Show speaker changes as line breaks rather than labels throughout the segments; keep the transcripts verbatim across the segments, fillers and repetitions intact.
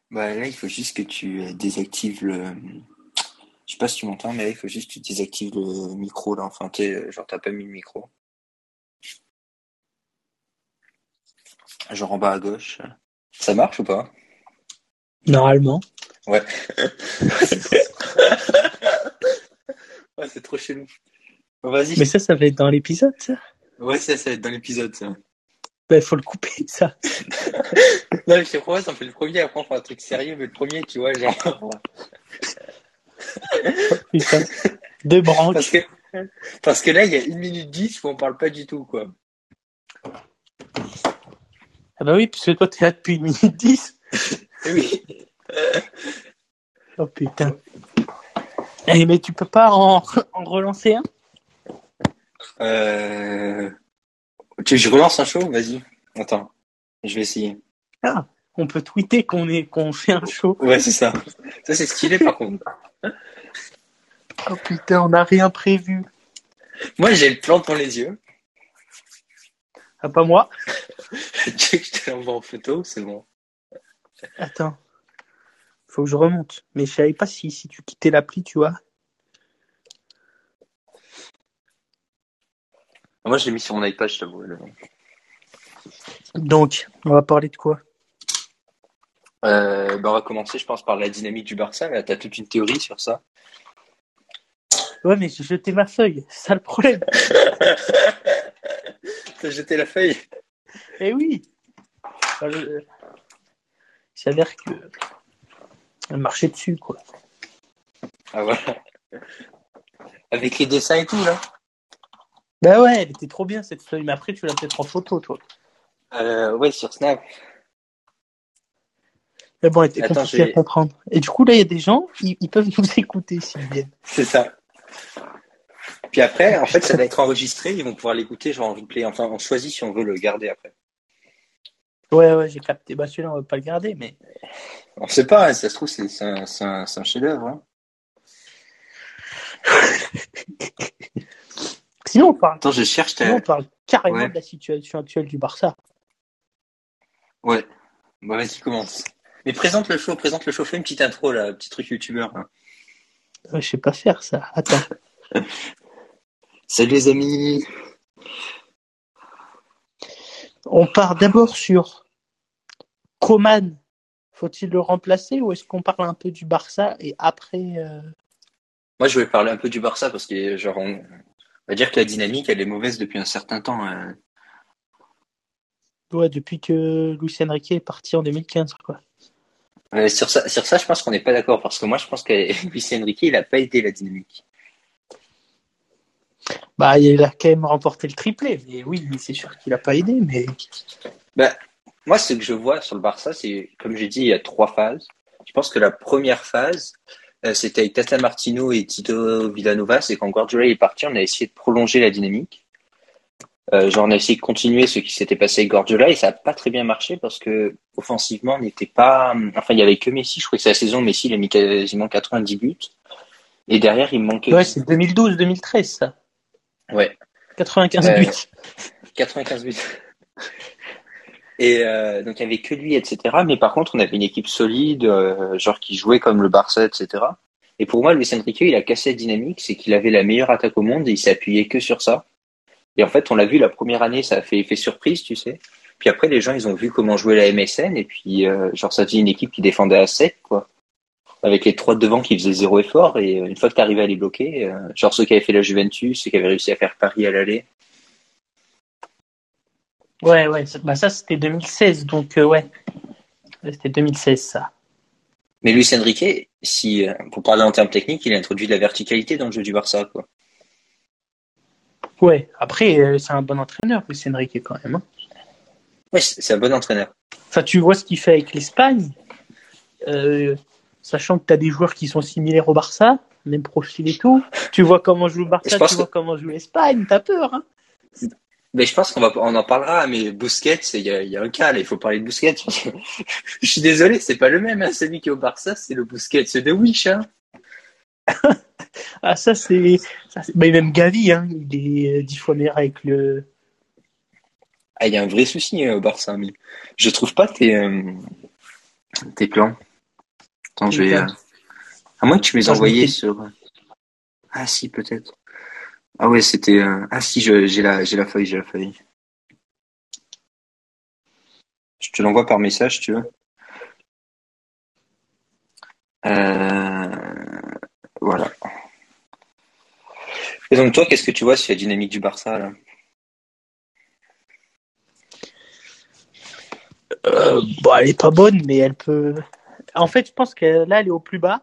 Bah là, il faut juste que tu euh, désactives le. Je sais pas si tu m'entends, mais là, il faut juste que tu désactives le micro là. Enfin, tu sais, euh, genre t'as pas mis le micro. Genre en bas à gauche. Ça marche ou pas?
Normalement.
Ouais. c'est trop... ouais, c'est trop chelou. Bon, vas-y.
Mais ça, ça va être dans l'épisode, ça.
Ouais, ça, ça va être dans l'épisode, ça.
Bah, faut le couper, ça.
Non, mais je te promets, on fait le premier, après on fera un truc sérieux, mais le premier, tu vois, genre.
Oh, putain. Deux
Parce
branques.
que, parce que là, il y a une minute dix où on parle pas du tout, quoi.
Ah bah oui, puisque toi, t'es là depuis une minute dix.
Eh oui.
Oh putain. Eh, mais tu peux pas en, en relancer un?
Euh... Tu veux que je relance un show? Vas-y. Attends. Je vais essayer.
Ah, on peut tweeter qu'on est, qu'on fait un show.
Ouais, c'est ça. Ça, c'est stylé, par contre.
Oh putain, on n'a rien prévu.
Moi, j'ai le plan devant les yeux.
Ah, pas moi.
Tu veux que je te l'envoie en photo? C'est bon.
Attends. Faut que je remonte. Mais je savais pas si, si tu quittais l'appli, tu vois.
Moi, je l'ai mis sur mon iPad, je t'avoue. le-
Donc, on va parler de quoi?
Euh, bah, on va commencer, je pense, par la dynamique du Barça. Là, t'as toute une théorie sur ça.
Ouais, mais j'ai jeté ma feuille. C'est ça le problème.
T'as jeté la feuille?
Eh oui. Enfin, je- Il s'avère que elle marchait dessus, quoi.
Ah, voilà. Avec les dessins et tout, là.
Bah ouais, elle était trop bien cette feuille. Mais après, tu l'as peut-être en photo, toi.
Euh, ouais, sur Snap.
Mais bon, elle était
Attends,
compliquée à
j'ai...
comprendre. Et du coup, là, il y a des gens, ils, ils peuvent nous écouter s'ils viennent.
C'est ça. Puis après, en fait, ça
Putain.
va être enregistré. Ils vont pouvoir l'écouter, genre en replay. Enfin, on choisit si on veut le garder après.
Ouais, ouais, j'ai capté. Bah celui-là, on va pas le garder, mais.
On sait pas, hein, ça se trouve, c'est, c'est un, c'est un, c'est un chef-d'œuvre. Hein.
Sinon, on parle.
Attends, je cherche
Sinon,
ta...
on parle carrément
Ouais.
de la situation actuelle du Barça.
Ouais. Bah, vas-y, commence. Mais présente le show, présente le show. Fais une petite intro, là, petit truc youtubeur. Là.
Ouais, je sais pas faire ça. Attends.
Salut les amis.
On part d'abord sur Coman. Faut-il le remplacer ou est-ce qu'on parle un peu du Barça et après. Euh...
Moi, je voulais parler un peu du Barça parce que, genre, on, on va dire que la dynamique, elle est mauvaise depuis un certain temps. Hein.
Ouais, depuis que Luis Enrique est parti en deux mille quinze, quoi.
Euh, sur ça, sur ça, je pense qu'on n'est pas d'accord parce que moi, je pense que Luis Enrique, il a pas aidé la dynamique.
Bah, il a quand même remporté le triplé. Mais oui, c'est sûr qu'il a pas aidé, mais.
Bah, moi, ce que je vois sur le Barça, c'est, comme j'ai dit, il y a trois phases. Je pense que la première phase, euh, c'était avec Tata Martino et Tito Villanova, c'est quand Guardiola est parti, on a essayé de prolonger la dynamique. Euh, genre, on a essayé de continuer ce qui s'était passé avec Guardiola et ça n'a pas très bien marché parce que offensivement, on n'était pas. Enfin, il y avait que Messi. Je crois que c'est la saison. Messi, il a mis quasiment quatre-vingt-dix buts et derrière, il me manquait
Ouais,
aussi.
c'est deux mille douze deux mille treize, ça.
Ouais,
quatre-vingt-quinze buts.
euh, quatre-vingt-quinze buts. Et euh, donc, il n'y avait que lui, et cetera. Mais par contre, on avait une équipe solide, euh, genre qui jouait comme le Barça, et cetera. Et pour moi, Luis Enrique, il a cassé la dynamique, c'est qu'il avait la meilleure attaque au monde et il s'est appuyé que sur ça. Et en fait, on l'a vu la première année, ça a fait effet surprise, tu sais. Puis après, les gens, ils ont vu comment jouer la M S N et puis euh, genre ça faisait une équipe qui défendait à sec, quoi. Avec les trois de devant qui faisaient zéro effort et euh, une fois que t'arrivais à les bloquer, euh, genre ceux qui avaient fait la Juventus, ceux qui avaient réussi à faire Paris à l'aller.
Ouais, ouais. Bah, ça, c'était deux mille seize. Donc, euh, ouais. C'était deux mille seize, ça.
Mais Luis Enrique, si euh, pour parler en termes techniques, il a introduit de la verticalité dans le jeu du Barça, quoi.
Ouais. Après, euh, c'est un bon entraîneur, Luis Enrique, quand même. Hein.
Ouais, c'est c'est un bon entraîneur.
Enfin, tu vois ce qu'il fait avec l'Espagne. Euh, sachant que tu as des joueurs qui sont similaires au Barça, même profil et tout. Tu vois comment joue le
Je
Barça, tu
pense que
vois comment joue l'Espagne. T'as peur, hein.
mais je pense qu'on va, on en parlera, mais Busquets, il y a, il y a un cas, là, il faut parler de Busquets. Je suis désolé, c'est pas le même, hein. Celui qui est au Barça, c'est le Busquets de Wish, hein.
Ah, ça, c'est. Ça, c'est... Bah, même Gavi, hein. Il est dix fois meilleur avec le.
Ah, il y a un vrai souci, hein, au Barça, mais je trouve pas tes, euh, tes plans. Attends, je vais. Euh... À moins que tu me les
Attends, je
envoyais
m'étais-
sur. Ah si, peut-être. Ah ouais, c'était. euh, Ah si, je, j'ai la, j'ai la feuille, j'ai la feuille. Je te l'envoie par message, si tu veux. Euh... Voilà. Et donc toi, qu'est-ce que tu vois sur la dynamique du Barça là?
Euh, bon, elle est pas bonne, mais elle peut. En fait, je pense que là, elle est au plus bas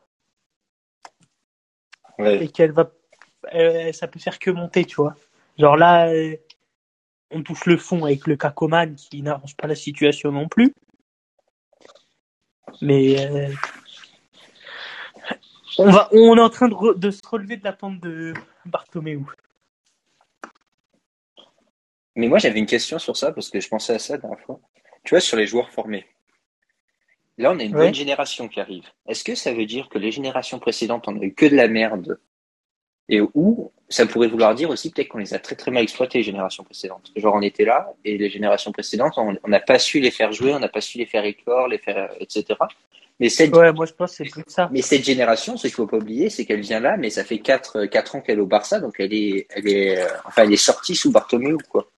Ouais.
et qu'elle va. euh, ça peut faire que monter, tu vois. Genre là, euh, on touche le fond avec le Cacoman qui n'arrange pas la situation non plus. Mais euh, on va, on est en train de, re- de se relever de la pente de Bartomeu.
Mais moi, j'avais une question sur ça parce que je pensais à ça la dernière fois. Tu vois, sur les joueurs formés. Là, on a une bonne
Ouais.
génération qui arrive. Est-ce que ça veut dire que les générations précédentes, on a eu que de la merde? Et ou ça pourrait vouloir dire aussi peut-être qu'on les a très très mal exploités, les générations précédentes. Genre, on était là et les générations précédentes, on on n'a pas su les faire jouer, on n'a pas su les faire éclore, les faire, et cetera. Mais cette,
Ouais, moi je pense que c'est plus ça.
mais cette génération, ce qu'il faut pas oublier, c'est qu'elle vient là, mais ça fait quatre, quatre ans qu'elle est au Barça, donc elle est, elle est, euh, enfin, elle est sortie sous Bartomeu, quoi.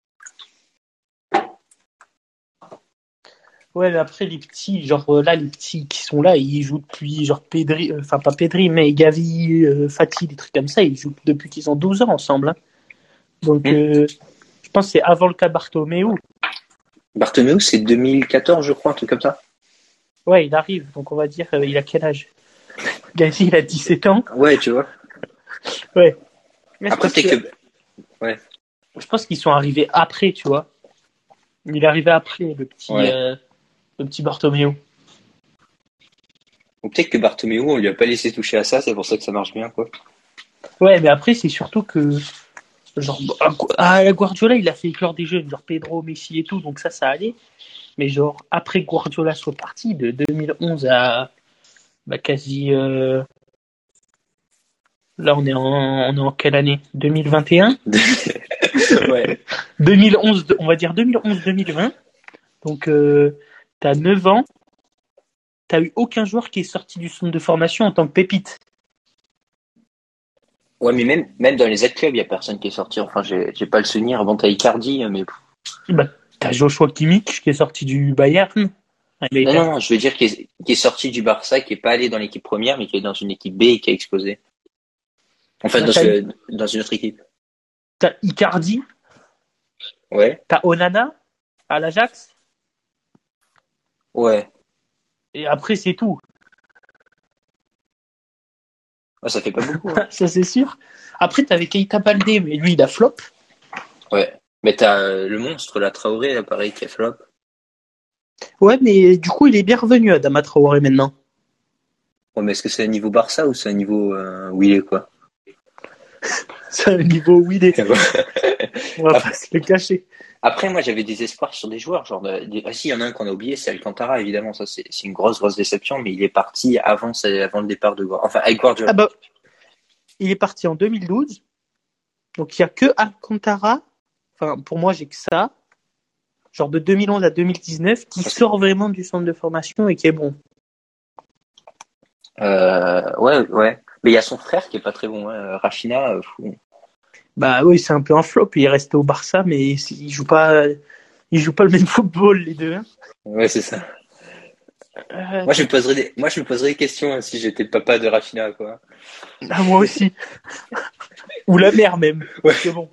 Ouais, mais après les petits, genre euh, là, les petits qui sont là, ils jouent depuis genre Pedri, euh, enfin pas Pedri, mais Gavi, euh, Fati, des trucs comme ça, ils jouent depuis qu'ils ont douze ans ensemble, hein. Donc
Hmm.
euh, je pense que c'est avant le cas Bartomeu.
Bartomeu, c'est deux mille quatorze, je crois, un truc comme ça.
Ouais, il arrive, donc on va dire, euh, il a quel âge? Gavi, il a dix-sept ans.
Ouais, tu vois.
Ouais. Mais c'est
Après,
parce que
peut-être que, ouais,
je pense qu'ils sont arrivés après, tu vois. Il est arrivé après, le petit,
ouais.
euh, le petit Bartomeu.
Ou peut-être que Bartomeu, on lui a pas laissé toucher à ça, c'est pour ça que ça marche bien, quoi.
Ouais, mais après, c'est surtout que, genre, à la Guardiola, il a fait éclore des jeunes, genre Pedro, Messi et tout, donc ça, ça allait. Mais genre, après que Guardiola soit parti, de deux mille onze à bah, quasi. Euh, là, on est, en, on est en quelle année? deux mille vingt et un.
Ouais.
deux mille onze, on va dire deux mille onze deux mille vingt. Donc, euh, t'as neuf ans, t'as eu aucun joueur qui est sorti du centre de formation en tant que pépite.
Ouais, mais même, même dans les autres clubs, il y a personne qui est sorti. Enfin, j'ai, j'ai pas le souvenir. Bon, t'as Icardi, mais
Bah, t'as Joshua Kimmich qui est sorti du Bayern. Il a
non,
été-
non, non, je veux dire qui est, qui est sorti du Barça, qui est pas allé dans l'équipe première, mais qui est dans une équipe B et qui a explosé. Enfin,
bah,
dans,
t'as,
ce- dans une autre équipe.
t'as Icardi,
Ouais,
t'as Onana à l'Ajax,
ouais.
et après, c'est tout.
Ah, ça fait pas beaucoup, hein.
Ça, c'est sûr. Après, t'avais Keita Baldé, mais lui, il a flop.
Ouais. Mais t'as euh, le monstre, la Traoré, là, pareil, qui a flop.
Ouais, mais du coup, il est bien revenu, Adama Traoré, maintenant.
Ouais, mais est-ce que c'est un niveau Barça ou c'est un niveau euh, où il est, quoi?
C'est un niveau où il est. On va pas
Après,
se le cacher.
après, moi, j'avais des espoirs sur des joueurs. Genre, de- des- ah si, il y en a un qu'on a oublié, c'est Alcantara, évidemment. Ça, c'est c'est une grosse, grosse déception, mais il est parti avant, sa- avant le départ de Guardiola. Enfin, avec
Ah
Guardiola.
bah, il est parti en deux mille douze. Donc, il y a que Alcantara. Enfin, pour moi, j'ai que ça. Genre de deux mille onze à deux mille dix-neuf, qui
Parce que,
sort vraiment du centre de formation et qui est bon.
euh, ouais, ouais. Mais il y a son frère qui est pas très bon, hein. Rafinha, euh, fou.
Bah oui, c'est un peu un flop. Il est resté au Barça, mais il joue pas, il joue pas le même football, les deux, hein.
Ouais, c'est ça.
Euh,
Moi, je me poserais des, moi, je me poserais des questions hein, si j'étais le papa de Rafinha, quoi.
ah, moi aussi. Ou la mère, même.
Ouais.
C'est bon.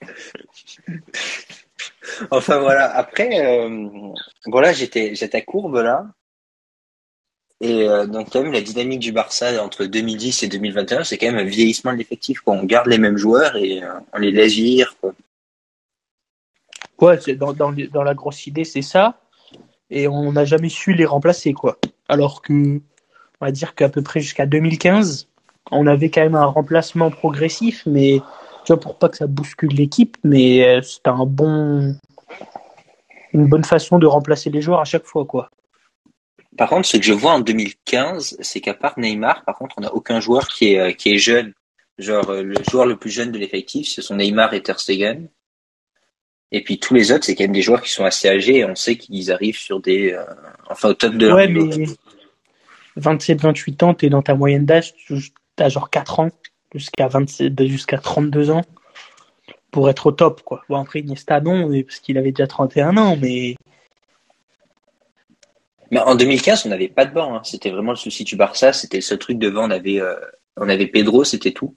Enfin, voilà. Après, euh, voilà, j'étais, j'étais à Courbe, là. Et euh, donc, quand même, la dynamique du Barça entre deux mille dix et deux mille vingt et un, c'est quand même un vieillissement de l'effectif, quoi. On garde les mêmes joueurs et euh, on les laisse vieillir, quoi.
Ouais, c'est dans, dans, dans la grosse idée, c'est ça. Et on n'a jamais su les remplacer, quoi. Alors que, on va dire qu'à peu près jusqu'à deux mille quinze, on avait quand même un remplacement progressif, mais tu vois, pour pas que ça bouscule l'équipe, mais euh, c'était un bon, une bonne façon de remplacer les joueurs à chaque fois, quoi.
Par contre, ce que je vois en deux mille quinze, c'est qu'à part Neymar, par contre, on n'a aucun joueur qui est, euh, qui est jeune. Genre, euh, le joueur le plus jeune de l'effectif, ce sont Neymar et Ter Stegen. Et puis tous les autres, c'est quand même des joueurs qui sont assez âgés et on sait qu'ils arrivent sur des, euh, enfin au top de leur
Ouais,
niveau.
mais vingt-sept vingt-huit ans, t'es dans ta moyenne d'âge, tu as genre quatre ans, jusqu'à vingt-sept, jusqu'à trente-deux ans, pour être au top, quoi. Bon, après, Iniesta, non, mais parce qu'il avait déjà trente et un ans, mais...
Mais en deux mille quinze, on n'avait pas de banc. Hein. C'était vraiment le souci du Barça. C'était le seul truc devant. On avait, euh, on avait Pedro, c'était tout.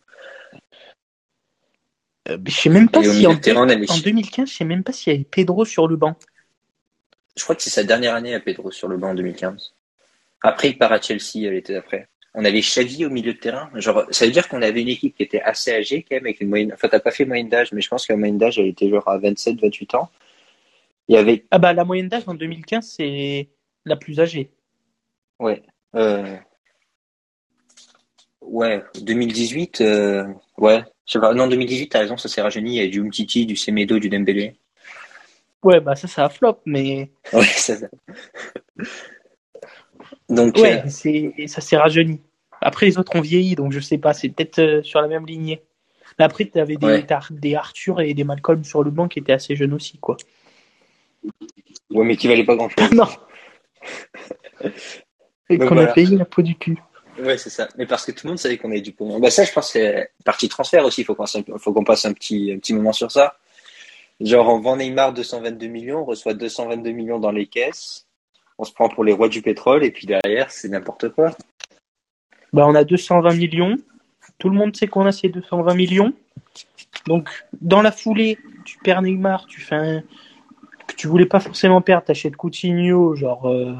Euh, je sais même pas
Et au
si en,
milieu de terrain, on avait...
en deux mille quinze, je sais même pas s'il y avait Pedro sur le banc.
Je crois que c'est sa dernière année à Pedro sur le banc en deux mille quinze. Après, il part à Chelsea l'été après. On avait Xavi au milieu de terrain. Genre, ça veut dire qu'on avait une équipe qui était assez âgée quand même, avec une moyenne. Enfin, t'as pas fait moyenne d'âge, mais je pense que la moyenne d'âge, elle était genre à vingt-sept vingt-huit ans. Il y avait.
Ah bah, la moyenne d'âge en deux mille quinze, c'est la plus âgée.
Ouais. Euh... Ouais, deux mille dix-huit, euh... ouais. Je sais pas. Non, deux mille dix-huit, t'as raison, ça s'est rajeuni. Il y a du Umtiti, du Semedo, du Dembélé.
Ouais, bah ça, ça a flop, mais...
Ouais, ça, ça. Donc, euh...
Ouais, c'est... ça s'est rajeuni. Après, les autres ont vieilli, donc je sais pas, c'est peut-être euh, sur la même lignée. Mais après, t'avais des,
ouais.
t'as des Arthur et des Malcolm sur le banc qui étaient assez jeunes aussi, quoi.
Ouais, mais qui valait pas grand-chose.
Non. Et
Donc
qu'on a
voilà.
payé la peau du cul.
Ouais, c'est ça. Mais parce que tout le monde savait qu'on avait du pognon. Bah ça, je pense que c'est partie transfert aussi. Il faut qu'on passe, un... faut qu'on passe un petit, un petit moment sur ça. Genre, on vend Neymar deux cent vingt-deux millions, on reçoit deux cent vingt-deux millions dans les caisses. On se prend pour les rois du pétrole et puis derrière, c'est n'importe quoi.
Bah, on a deux cent vingt millions. Tout le monde sait qu'on a ces deux cent vingt millions. Donc, dans la foulée, tu perds Neymar, tu fais un... que tu voulais pas forcément perdre, t'achètes Coutinho, genre euh,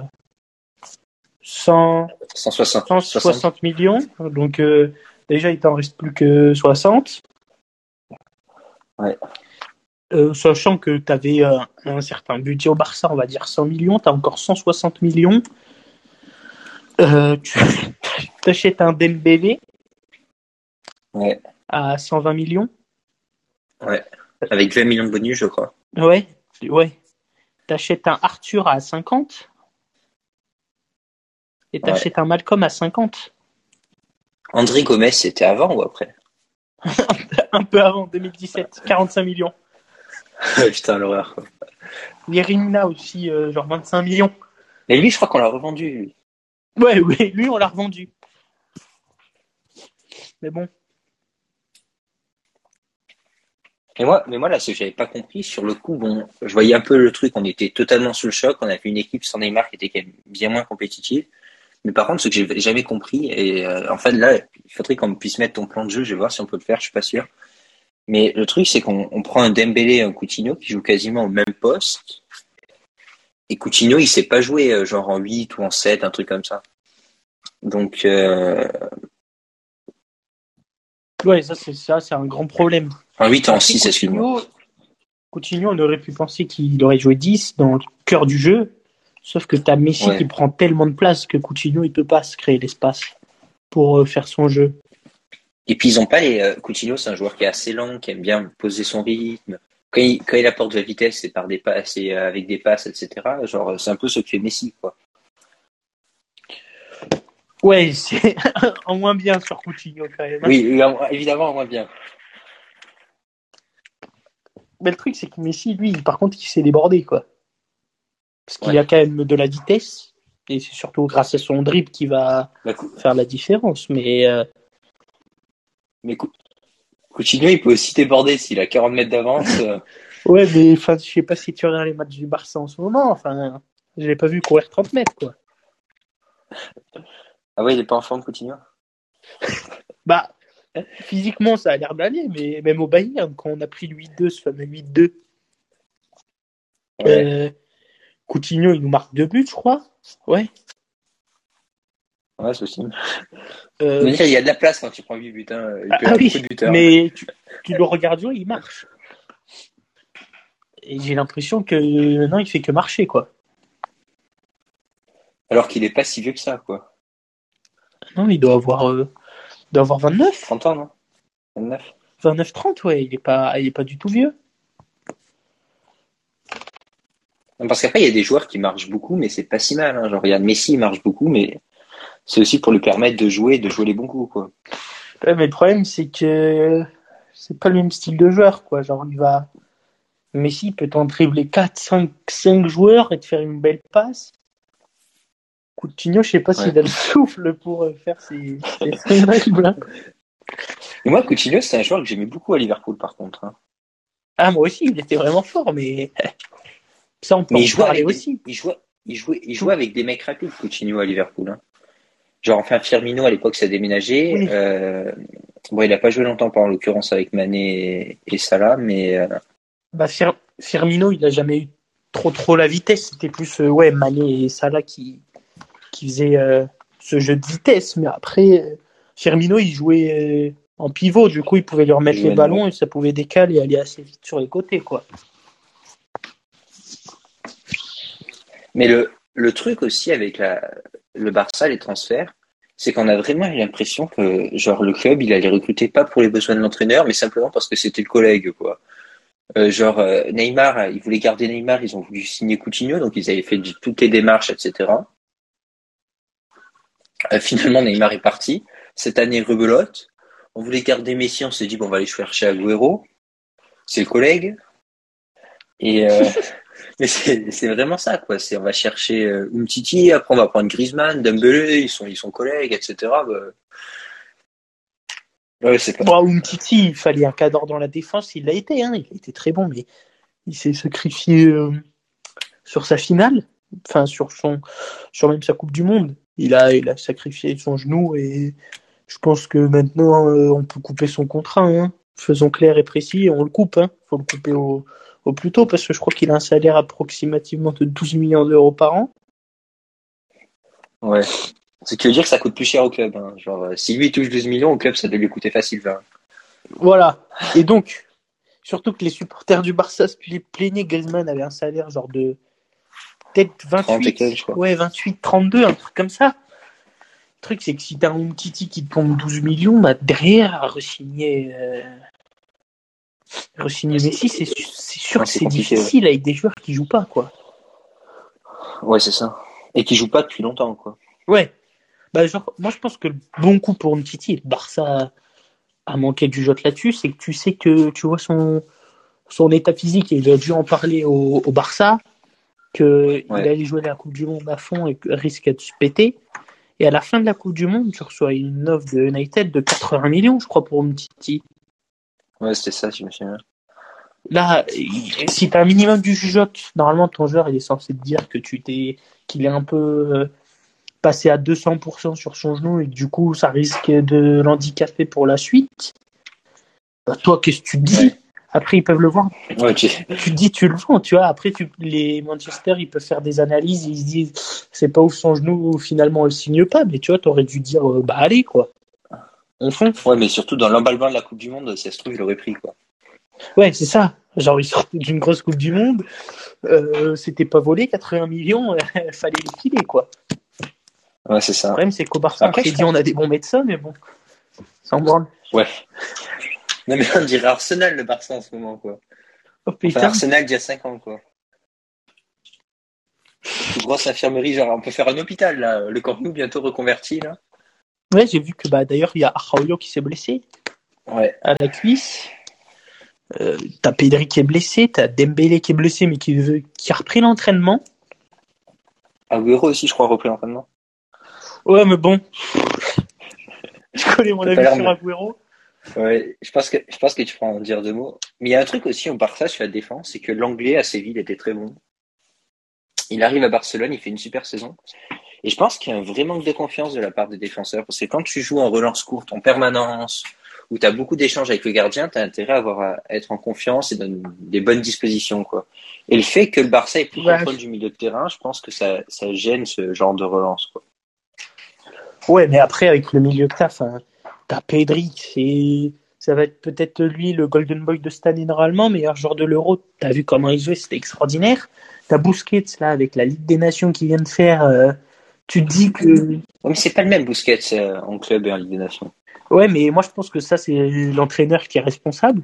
cent,
cent soixante.
cent soixante millions. Donc, euh, déjà, il t'en reste plus que soixante.
Ouais.
Euh, sachant que tu avais euh, un certain budget au Barça, on va dire cent millions, tu as encore cent soixante millions. Euh, tu achètes un Dembélé
Ouais.
à cent vingt millions.
Ouais. Avec vingt millions de bonus, je crois.
Ouais, ouais. Tu achètes un Arthur à cinquante et tu achètes ouais. un Malcolm à cinquante.
André Gomez, c'était avant ou après?
Un peu avant, deux mille dix-sept, quarante-cinq millions.
Putain, l'horreur.
Yeremina aussi, euh, genre vingt-cinq millions.
Mais lui, je crois qu'on l'a revendu. Lui.
Ouais, ouais, lui, on l'a revendu. Mais bon.
Et moi, mais moi, là, ce que j'avais pas compris, sur le coup, bon, je voyais un peu le truc, on était totalement sous le choc, on avait une équipe sans Neymar qui était quand même bien moins compétitive. Mais par contre, ce que j'ai jamais compris, et euh, en fait, là, il faudrait qu'on puisse mettre ton plan de jeu, je vais voir si on peut le faire, je suis pas sûr. Mais le truc, c'est qu'on on prend un Dembélé et un Coutinho qui jouent quasiment au même poste. Et Coutinho, il sait pas jouer genre en huit ou en sept, un truc comme ça. Donc... Euh...
Ouais, ça, c'est ça, c'est un grand problème.
En huit ou en six, excuse-moi.
Coutinho, on aurait pu penser qu'il aurait joué dix dans le cœur du jeu. Sauf que tu as Messi ouais. qui prend tellement de place que Coutinho, il peut pas se créer l'espace pour euh, faire son jeu.
Et puis, ils ont pas les... Euh, Coutinho, c'est un joueur qui est assez lent, qui aime bien poser son rythme. Quand il, quand il apporte de la vitesse, c'est par des passes, c'est avec des passes, et cetera. Genre, c'est un peu ce que fait Messi, quoi.
Ouais, c'est en moins bien sur Coutinho, quand même. Hein.
Oui, évidemment, en moins bien.
Mais le truc, c'est que Messi, lui, par contre, il s'est débordé, quoi. Parce qu'il ouais. a quand même de la vitesse. Et c'est surtout grâce à son dribble qui va bah, faire la différence. Mais... Euh...
Mais Coutinho, il peut aussi déborder s'il a quarante mètres d'avance.
Ouais, mais enfin, je sais pas si tu regardes les matchs du Barça en ce moment. Enfin, je l'ai pas vu courir trente mètres, quoi.
Ah ouais, il est pas en forme, Coutinho.
Bah, physiquement, ça a l'air d'aller, mais même au Bayern, quand on a pris le huit deux, ce fameux huit deux, ouais. euh, Coutinho, il nous marque deux buts, je crois. Ouais.
Ouais, c'est possible. Euh... Il y a de la place quand tu prends huit buts. Hein. Il peut
ah,
y avoir
oui,
beaucoup de buteurs.
Mais tu, tu le regardes jouer, il marche. Et j'ai l'impression que maintenant, il fait que marcher, quoi.
Alors qu'il est pas si vieux que ça, quoi.
Non, il doit avoir, euh, il doit avoir vingt-neuf.
trente ans, non vingt-neuf
vingt-neuf trente, ouais. Il est pas, il est pas du tout vieux.
Non, parce qu'après, il y a des joueurs qui marchent beaucoup, mais c'est pas si mal. Hein. Genre, regarde, Messi, il marche beaucoup, mais c'est aussi pour lui permettre de jouer, de jouer les bons coups, quoi.
Ouais, mais le problème, c'est que c'est pas le même style de joueur, quoi. Genre, il va... Messi peut t'en dribbler quatre, cinq, cinq joueurs et te faire une belle passe. Coutinho, je sais pas
Ouais.
s'il a le souffle pour euh, faire ces, ces dribbles.
Et moi, Coutinho, c'est un joueur que j'aimais beaucoup à Liverpool, par contre. Hein.
Ah, moi aussi, il était vraiment fort, mais ça, on peut
Mais
en
il jouait
parler
avec des,
aussi.
il jouait, il jouait, il jouait avec des mecs rapides, Coutinho à Liverpool. Hein. Genre, enfin, Firmino, à l'époque, ça a déménagé.
Oui,
Euh, bon, il a pas joué longtemps, en l'occurrence, avec Mané et, et Salah, mais euh,
bah, Fir- Firmino, il a jamais eu trop trop la vitesse. C'était plus euh, ouais, Mané et Salah qui, qui faisaient euh, ce jeu de vitesse. Mais après, euh, Firmino, il jouait euh, en pivot. Du coup, il pouvait lui
il
remettre les
jouait neuf.
ballons et ça pouvait décaler et aller assez vite sur les côtés, quoi.
Mais le, le truc aussi avec la, le Barça, les transferts, c'est qu'on a vraiment eu l'impression que, genre, le club, il allait recruter pas pour les besoins de l'entraîneur, mais simplement parce que c'était le collègue, quoi. Euh, genre, euh, Neymar, ils voulaient garder Neymar, ils ont voulu signer Coutinho, donc ils avaient fait du- toutes les démarches, et cetera. Euh, finalement, Neymar est parti. Cette année, rebelote. On voulait garder Messi, on s'est dit, bon, on va aller chercher Agüero. C'est le collègue. Et, euh, mais c'est, c'est vraiment ça, quoi. C'est, on va chercher euh, Umtiti, après on va prendre Griezmann, Dembélé, ils sont, ils sont collègues, et cetera. Bah, ouais, c'est pas.
Bon, Umtiti, il fallait un cadre dans la défense. Il l'a été, hein. Il a été très bon, mais il s'est sacrifié euh, sur sa finale, enfin sur son, sur même sa Coupe du Monde. Il a, il a sacrifié son genou et je pense que maintenant euh, on peut couper son contrat. Hein. Faisons clair et précis, on le coupe. Hein. Faut le couper au, au plus tôt parce que je crois qu'il a un salaire approximativement de douze millions d'euros par an.
Ouais. Ce qui veut dire que ça coûte plus cher au club. Hein. Genre, euh, si lui il touche douze millions, au club, ça doit lui coûter facile vingt.
Voilà. Et donc, surtout que les supporters du Barça se plaignaient, Griezmann avait un salaire genre de peut-être
trente et quelques,
vingt-huit,
je crois.
ouais, vingt-huit, trente-deux, un truc comme ça. Le truc, c'est que si t'as un Titi qui te tombe douze millions, bah, derrière, à re-signer, euh, re-signer Messi, c'est, c'est sûr
Ouais,
que
c'est
c'est
compliqué. Ouais,
difficile avec des joueurs qui jouent pas, quoi.
ouais c'est ça. Et qui joue pas depuis longtemps, quoi.
Ouais. Bah, genre, moi, je pense que le bon coup pour Titi, et le Barça a manqué du jeu là-dessus, c'est que tu sais que tu vois son, son état physique, et il a dû en parler au, au Barça, qu'il
Ouais.
allait jouer la Coupe du Monde à fond et risque de se péter. Et à la fin de la Coupe du Monde, tu reçois une offre de United de quatre-vingts millions, je crois, pour Umtiti.
Ouais, c'était ça, je me souviens.
Là, si tu as un minimum du jugeote, normalement, ton joueur, il est censé te dire que tu t'es, qu'il est un peu euh, passé à deux cents pour cent sur son genou et que du coup, ça risque de l'handicaper pour la suite. Bah, toi, qu'est-ce que tu te dis?
Ouais.
Après, ils peuvent le voir.
Ouais, tu...
Tu te dis, tu le vends, tu vois. Après, tu, les Manchester, ils peuvent faire des analyses, ils se disent, c'est pas ouf son genou, finalement, on le signe pas. Mais tu vois, t'aurais dû dire, euh, bah allez, quoi. On fonce.
ouais, mais surtout dans l'emballement de la Coupe du Monde, si ça se trouve, il aurait pris, quoi.
Ouais, c'est ça. Genre, ils sortent d'une grosse Coupe du Monde. Euh, c'était pas volé, quatre-vingts millions, il fallait les filer, quoi.
Ouais, c'est
Le
ça.
problème, c'est qu'au Barça, on
Après,
s'est
je
dit, on
pense.
a des bons médecins, mais bon, sans branle.
Ouais. Non, mais on dirait Arsenal, le Barça, en ce moment, quoi.
Oh
Enfin,
putain.
Arsenal d'il y a cinq ans, quoi. Plus grosse infirmerie, genre, on peut faire un hôpital, là. Le Camp Nou, bientôt reconverti, là.
Ouais, j'ai vu que bah, d'ailleurs, il y a Araujo qui s'est blessé
Ouais.
à la cuisse. Euh, t'as Pedri qui est blessé, t'as Dembélé qui est blessé, mais qui, veut, qui a repris l'entraînement.
Agüero aussi, je crois, repris l'entraînement.
Ouais, mais bon, tu connais mon
T'as pas
avis
l'air
sur
de...
Agüero.
Ouais, je pense que, je pense que tu pourras en dire deux mots. Mais il y a un truc aussi au Barça sur la défense, c'est que l'anglais à Séville était très bon. Il arrive à Barcelone, il fait une super saison. Et je pense qu'il y a un vrai manque de confiance de la part des défenseurs. Parce que quand tu joues en relance courte, en permanence, où tu as beaucoup d'échanges avec le gardien, tu as intérêt à, avoir, à être en confiance et dans des bonnes dispositions, quoi. Et le fait que le Barça ait plus
Ouais.
contrôle du milieu de terrain, je pense que ça, ça gêne ce genre de relance, quoi.
Ouais, mais après, avec le milieu que t'as, enfin, t'as Pedri, c'est... ça va être peut-être lui le Golden Boy de cette année normalement, meilleur joueur de l'Euro. T'as vu comment il jouait, c'était extraordinaire. T'as Busquets, là, avec la Ligue des Nations qui vient de faire... Euh, tu te dis que...
Ouais, mais c'est pas le même Busquets euh, en club et en Ligue des Nations.
Ouais, mais moi, je pense que ça, c'est l'entraîneur qui est responsable.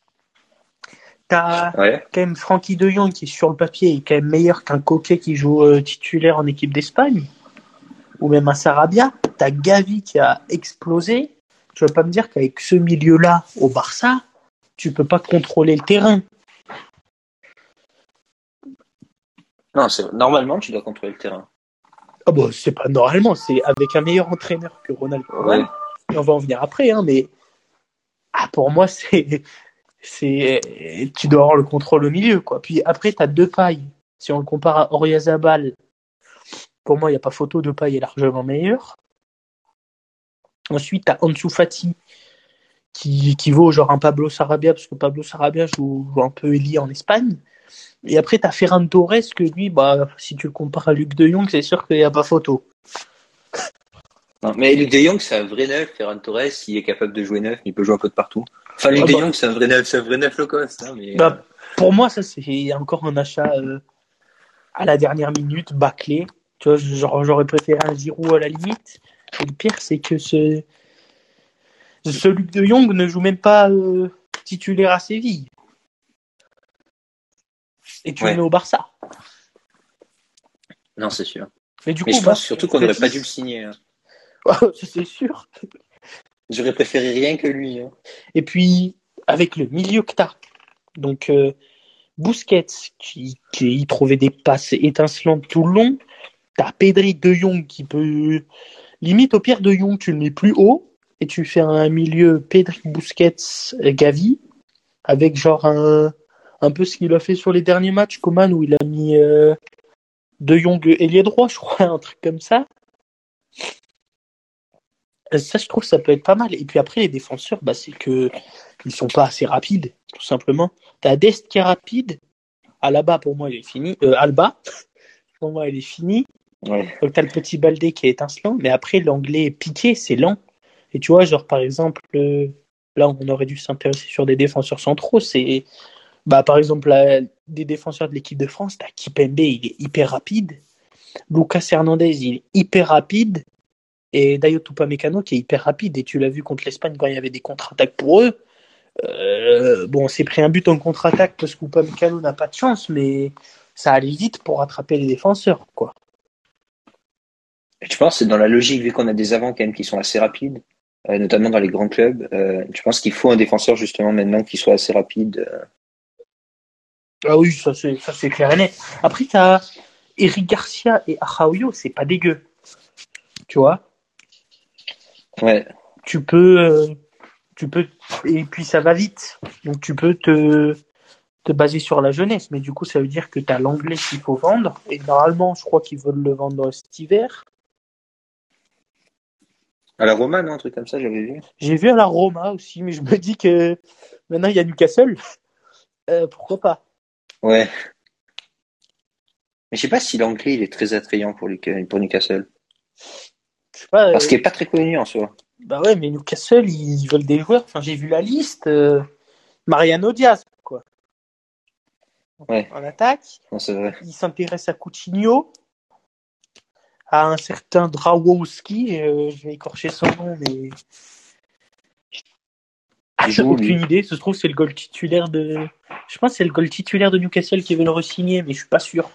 T'as
Ouais.
quand même Frankie de Jong qui, sur le papier, est quand même meilleur qu'un Coquet qui joue euh, titulaire en équipe d'Espagne. Ou même un Sarabia. T'as Gavi qui a explosé. Tu vas pas me dire qu'avec ce milieu-là au Barça, tu peux pas contrôler le terrain.
Non, c'est, normalement, tu dois contrôler le terrain.
Ah bon, c'est pas normalement, c'est avec un meilleur entraîneur que Ronald Koeman.
Ouais.
Et on va en venir après, hein, mais ah, pour moi, c'est, c'est, tu dois avoir le contrôle au milieu, quoi. Puis après, t'as Depay. Si on le compare à Oyarzabal, pour moi, il n'y a pas photo. Depay est largement meilleur. Ensuite, t'as Ansu Fati, qui, qui vaut genre un Pablo Sarabia, parce que Pablo Sarabia joue, joue un peu ailier en Espagne. Et après, t'as Ferran Torres, que lui, bah, si tu le compares à Luc de Jong, c'est sûr qu'il n'y a pas photo.
Non, mais Luc de Jong, c'est un vrai neuf. Ferran Torres, il est capable de jouer neuf, il peut jouer un peu de partout. Enfin, Luc
Ouais,
de
bah,
Jong, c'est un vrai neuf, c'est un vrai neuf low cost. Hein, mais, euh...
bah, pour moi, ça, c'est encore un achat euh, à la dernière minute, bâclé. Tu vois, genre, j'aurais préféré un Giroud à la limite. Et le pire, c'est que ce, ce Luc de Jong ne joue même pas euh, titulaire à Séville. Et tu
ouais.
le mets au Barça.
Non, c'est sûr.
Mais du
mais
coup,
je
bah,
pense surtout qu'on n'aurait pas dû le signer. Hein.
C'est sûr.
J'aurais préféré rien que lui. Hein.
Et puis, avec le milieu que t'as, donc euh, Busquets, qui, qui trouvait des passes étincelantes tout le long, t'as Pedri, De Jong qui peut... Limite, au pire, De Jong, tu le mets plus haut, et tu fais un milieu Pedri, Busquets, Gavi, avec genre un, un peu ce qu'il a fait sur les derniers matchs, Coman, où il a mis euh, De Jong ailier droit, je crois, un truc comme ça. Ça, je trouve, ça peut être pas mal. Et puis après, les défenseurs, bah, c'est que ils sont pas assez rapides, tout simplement. T'as Dest qui est rapide. Alaba, pour moi, il est fini. Euh, Alba, pour moi, il est fini.
Ouais.
Donc, t'as le petit Baldé qui est étincelant. Mais après, l'anglais Piqué, c'est lent. Et tu vois, genre, par exemple, euh, là, on aurait dû s'intéresser sur des défenseurs centraux. C'est, bah, par exemple, la, des défenseurs de l'équipe de France, t'as Kipembe, il est hyper rapide. Lucas Hernandez, il est hyper rapide. Et Dayot Upamecano qui est hyper rapide. Et tu l'as vu contre l'Espagne quand il y avait des contre-attaques pour eux. Euh, bon, on s'est pris un but en contre-attaque parce qu'Upamecano n'a pas de chance, mais ça allait vite pour rattraper les défenseurs, quoi.
Je pense que c'est dans la logique, vu qu'on a des avants quand même qui sont assez rapides, euh, notamment dans les grands clubs. Euh, je pense qu'il faut un défenseur justement maintenant qui soit assez rapide. Euh...
Ah oui, ça c'est, ça c'est clair et net. Après, t'as Eric Garcia et Araujo, c'est pas dégueu. Tu vois?
Ouais.
Tu peux, euh, tu peux, et puis ça va vite. Donc tu peux te, te baser sur la jeunesse. Mais du coup, ça veut dire que t'as l'anglais qu'il faut vendre. Et normalement, je crois qu'ils veulent le vendre cet hiver.
À la Roma, non, un truc comme ça, j'avais vu.
J'ai vu à la Roma aussi, mais je me dis que maintenant il y a Newcastle. Euh, pourquoi pas?
Ouais. Mais je sais pas si l'anglais il est très attrayant pour, lui, pour Newcastle.
Je sais pas.
Parce
Euh,
qu'il est pas très connu en soi.
bah ouais, mais Newcastle, ils veulent des joueurs. Enfin, j'ai vu la liste. Euh, Mariano Diaz, quoi.
Ouais.
En attaque.
Non, c'est vrai.
Il s'intéresse à Coutinho, à un certain Dragowski. Euh, je vais écorcher son nom, mais
Il joue,
aucune
lui.
idée. Ça se trouve, c'est le goal titulaire de. Je pense que c'est le goal titulaire de Newcastle qui veut le re-signer, mais je suis pas sûr.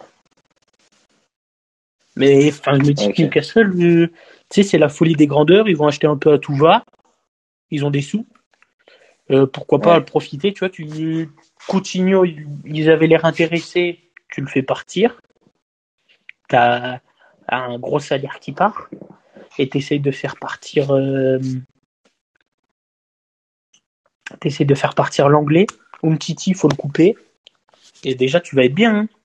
Mais enfin, je me dis
Ok.
que Newcastle, euh, tu sais, c'est la folie des grandeurs. Ils vont acheter un peu à tout va. Ils ont des sous. Euh, pourquoi pas
Ouais.
profiter, tu vois, tu Coutinho, ils avaient l'air intéressés, tu le fais partir, t'as un gros salaire qui part, et t'essayes de faire partir euh, t'essayes de faire partir l'anglais, Umtiti, il faut le couper, et déjà tu vas être bien. Hein.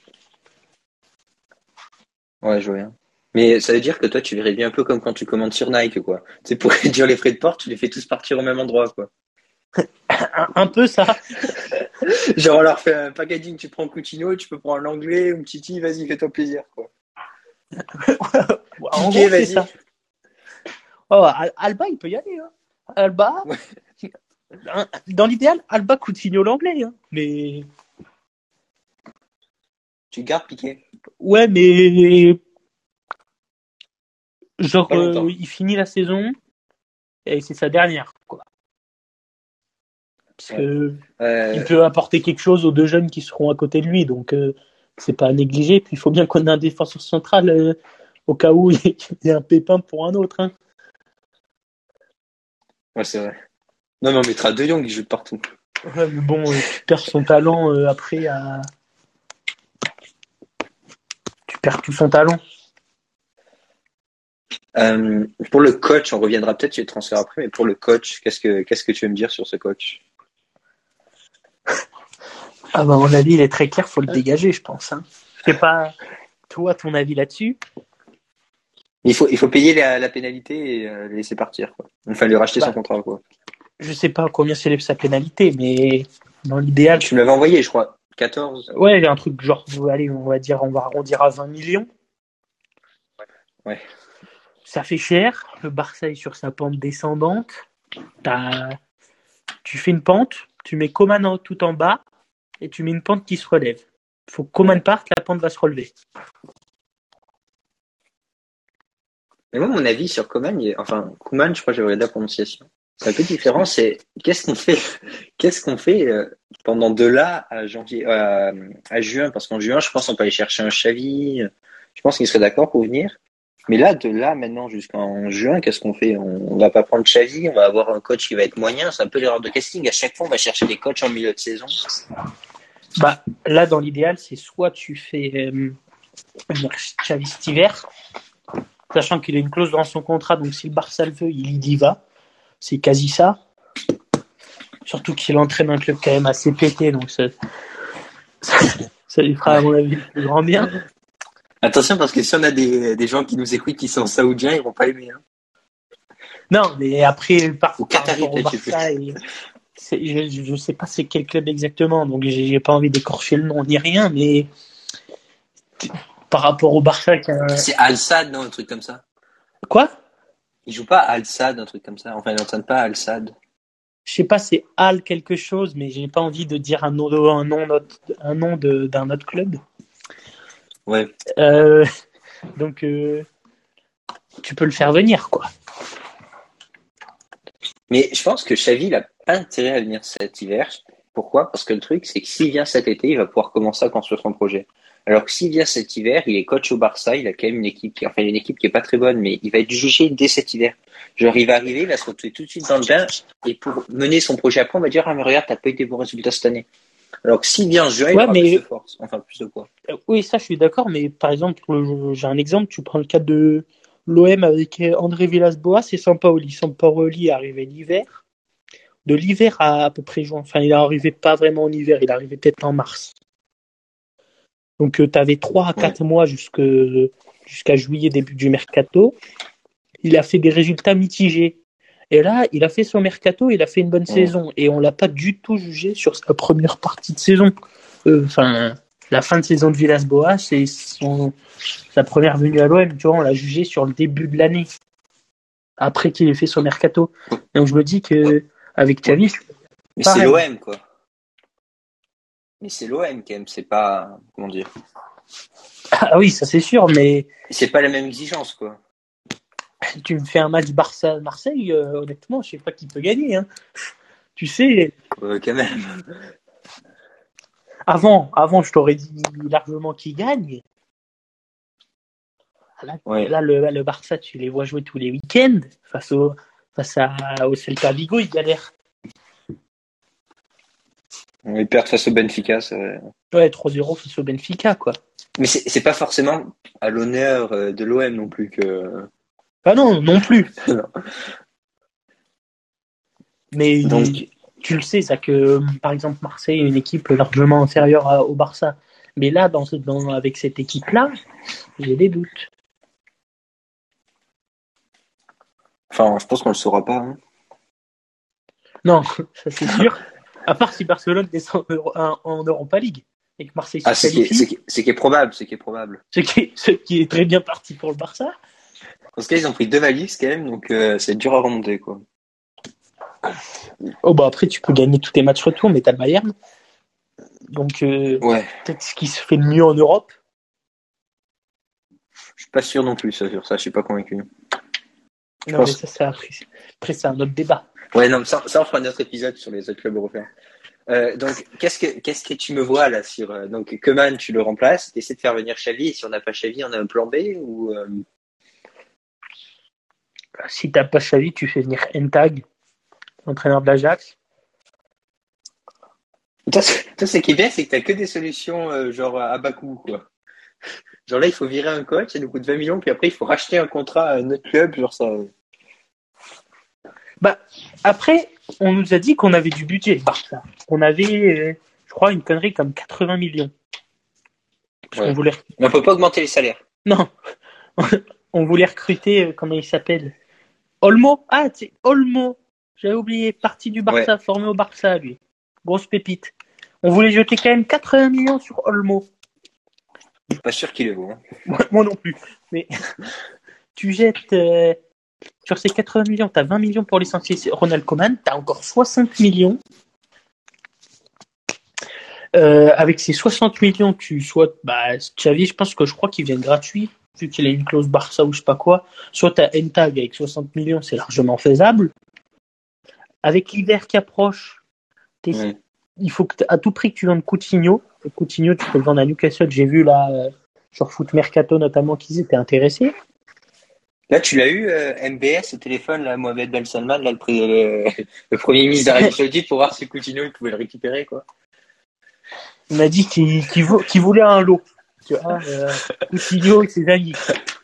Ouais, je vois bien. Mais ça veut dire que toi, tu verrais bien un peu comme quand tu commandes sur Nike, quoi. Tu sais, pour réduire les frais de port, tu les fais tous partir au même endroit, quoi.
Un, un peu ça.
Genre, on leur fait un packaging, tu prends Coutinho, tu peux prendre l'anglais, ou Titi, vas-y, fais-toi plaisir, quoi.
En
Piqué,
gros, c'est
vas-y.
ça. Oh, Alba, il peut y aller. Hein. Alba,
Ouais.
dans l'idéal, Alba, Coutinho, l'anglais. Hein. Mais
Tu gardes Piqué.
ouais, mais genre,
Pas
euh,
longtemps.
il finit la saison et c'est sa dernière, quoi. Parce
Ouais.
que il
Euh,
peut apporter quelque chose aux deux jeunes qui seront à côté de lui, donc euh, c'est pas à négliger. Puis il faut bien qu'on ait un défenseur central euh, au cas où il y a un pépin pour un autre. Hein.
ouais, c'est vrai. Non, mais on mettra De Jong, il joue de partout.
Ouais, mais bon, euh, tu perds son talent euh, après à... Tu perds tout son talent.
Euh, pour le coach, on reviendra peut-être sur les transferts après, mais pour le coach, qu'est-ce que qu'est-ce que tu veux me dire sur ce coach?
Ah bah, à mon avis, il est très clair, faut le dégager, je pense. Hein. Je sais pas, toi, ton avis là-dessus?
Il faut il faut payer la, la pénalité et euh, le laisser partir, quoi. Enfin, lui racheter son
Bah,
contrat, quoi.
je sais pas combien c'est sa pénalité, mais dans l'idéal,
Tu me l'avais envoyé, je crois. quatorze.
ouais, il y a un truc genre, allez, on va dire, on va arrondir à vingt millions.
Ouais.
Ça fait cher. Le Barça est sur sa pente descendante. T'as... Tu fais une pente, tu mets Coman en- tout en bas et tu mets une pente qui se relève. Il faut que Coman parte, la pente va se relever.
Mais moi, mon avis sur Coman, il est- enfin, Koeman, je crois que j'aurais la prononciation. C'est un peu différent, c'est qu'est-ce qu'on fait, qu'est-ce qu'on fait euh, pendant de là à janvier, euh, à juin, parce qu'en juin, je pense qu'on peut aller chercher un Xavi. Je pense qu'il serait d'accord pour venir. Mais là, de là maintenant jusqu'en juin, qu'est-ce qu'on fait? On, on va pas prendre Xavi, on va avoir un coach qui va être moyen. C'est un peu l'erreur de casting. À chaque fois, on va chercher des coachs en milieu de saison.
Bah, là, dans l'idéal, c'est soit tu fais euh, venir Xavi cet hiver, sachant qu'il a une clause dans son contrat, donc si le Barça le veut, il y va. C'est quasi ça. Surtout qu'il entraîne un club quand même assez pété, donc ça, ça, ça lui fera, à mon avis, le plus grand bien.
Attention, parce que si on a des, des gens qui nous écoutent qui sont saoudiens, ils vont pas aimer. Hein.
Non, mais après, par,
Ou
par
Qatari,
rapport au
peut-être, je sais
Barça,
plus.
et, c'est, je, je sais pas c'est quel club exactement, donc j'ai, j'ai pas envie d'écorcher le nom ni rien, mais par rapport au Barça, qui a un...
C'est Al-Sad, non, un truc comme ça.
Quoi?
Il joue pas à Al-Sad, un truc comme ça. Enfin, il n'entraîne pas à Al-Sad.
Je sais pas, c'est Al quelque chose, mais j'ai pas envie de dire un nom, de, un nom, notre, un nom de, d'un autre club.
Ouais.
Euh, donc, euh, tu peux le faire venir, quoi.
Mais je pense que Xavi, il a pas intérêt à venir cet hiver. Pourquoi? Parce que le truc, c'est que s'il vient cet été, il va pouvoir commencer à construire son projet. Alors que s'il vient cet hiver, il est coach au Barça, il a quand même une équipe qui, enfin, il a une équipe qui est pas très bonne, mais il va être jugé dès cet hiver. Genre, il va arriver, il va se retrouver tout de suite dans le bain, et pour mener son projet après, on va dire, ah, mais regarde, t'as pas eu des bons résultats cette année. Alors que s'il vient en juin, il
Ouais,
aura plus de
mais
force. Enfin, plus de quoi.
euh, oui, ça, je suis d'accord, mais par exemple, j'ai un exemple, tu prends le cas de l'O M avec André Villas-Boas et Sampaoli. Sampaoli est arrivé l'hiver. De l'hiver à à peu près juin. Enfin, il est arrivé pas vraiment en hiver, il est arrivé peut-être en mars. Donc, euh, tu avais trois à quatre
Ouais.
mois jusque, jusqu'à juillet, début du mercato. Il a fait des résultats mitigés. Et là, il a fait son mercato, il a fait une bonne
Ouais.
saison. Et on l'a pas du tout jugé sur sa première partie de saison. Enfin, euh, la fin de saison de Villas-Boas, c'est son, sa première venue à l'O M. Tu vois, on l'a jugé sur le début de l'année, après qu'il ait fait son mercato. Donc, je me dis que avec
Ouais.
Xavi,
Mais c'est
pareil.
l'O M, quoi. Mais c'est l'O M, quand même. C'est pas, comment dire.
Ah oui, ça c'est sûr, mais
C'est pas la même exigence, quoi.
si tu me fais un match Barça-Marseille, euh, honnêtement, je sais pas qui peut gagner. Hein. Tu sais,
Euh, quand même.
avant, avant, je t'aurais dit largement qui gagne. Là,
Ouais.
là, le, le Barça, tu les vois jouer tous les week-ends face au, face à, au Celta Vigo, ils galèrent.
Ils perdent face au Benfica, c'est vrai.
Ouais, trois zéro face au Benfica, quoi.
Mais c'est c'est pas forcément à l'honneur euh, de l'O M non plus que.
Ah non, non plus. Mais
Donc,
tu le sais, ça que, par exemple, Marseille est une équipe largement inférieure à- au Barça. Mais là, dans, ce- dans, avec cette équipe-là, j'ai des doutes.
enfin, je pense qu'on le saura pas. Hein.
Non, ça c'est sûr. À part si Barcelone descend en, en Europa League et que Marseille se
Ah, c'est qui est, c'est
qualifie,
qui, c'est qui est probable, c'est qui est probable.
ce qui est, ce qui est très bien parti pour le Barça.
En ce cas, ils ont pris deux valises quand même, donc euh, c'est dur à remonter, quoi.
Oh bah après tu peux gagner tous tes matchs retour, mais t'as le Bayern. Donc euh,
Ouais,
peut-être ce qui se fait le mieux en Europe.
je suis pas sûr non plus ça, sur ça, je suis pas convaincu. Je
Non mais
pense.
ça c'est après, après c'est un autre débat.
Ouais, non, mais ça, ça on fera un autre épisode sur les autres clubs européens. Euh, donc, qu'est-ce que qu'est-ce que tu me vois là sur euh, donc Koeman, tu le remplaces, tu essaies de faire venir Xavi, et si on n'a pas Xavi, on a un plan B ou euh...
Si t'as pas Xavi, tu fais venir Entag, entraîneur de l'Ajax.
Toi, c'est- toi, ce qui est bien, c'est que t'as que des solutions euh, genre à bas coût, quoi. Genre là, il faut virer un coach, ça nous coûte vingt millions, puis après, il faut racheter un contrat à un autre club, genre ça.
Bah, après, on nous a dit qu'on avait du budget, Barça. On avait, euh, je crois, une connerie comme quatre-vingts millions. Parce
Ouais.
qu'on voulait...
Mais on peut pas augmenter les salaires.
Non, on voulait recruter, euh, comment il s'appelle Olmo. Ah, c'est Olmo. J'avais oublié, parti du Barça,
Ouais.
formé au Barça, lui. Grosse pépite. On voulait jeter quand même quatre-vingts millions sur Olmo.
Je suis pas sûr qu'il est beau. Hein.
Moi, moi non plus. Mais tu jettes euh, sur ces quatre-vingts millions, tu as vingt millions pour licencier Ronald Koeman, tu as encore soixante millions. Euh, avec ces soixante millions, tu soit bah, Xavi, je pense que je crois qu'il vient gratuit, vu qu'il a une clause Barça ou je sais pas quoi. Soit tu as N-Tag avec soixante millions, c'est largement faisable. Avec l'hiver qui approche,
Ouais.
il faut que à tout prix que tu vendes Coutinho. Et Coutinho, tu peux le vendre à Newcastle. J'ai vu là, euh, sur Foot Mercato notamment, qu'ils étaient intéressés.
Là, tu l'as eu, euh, M B S au téléphone, là, Mohamed Ben Salman, là, le, pré- le, le premier ministre d'Arabie Saoudite, pour voir si Coutinho il pouvait le récupérer, quoi.
Il m'a dit qu'il, qu'il, vou- qu'il voulait un lot. Tu vois, euh, Coutinho et ses amis.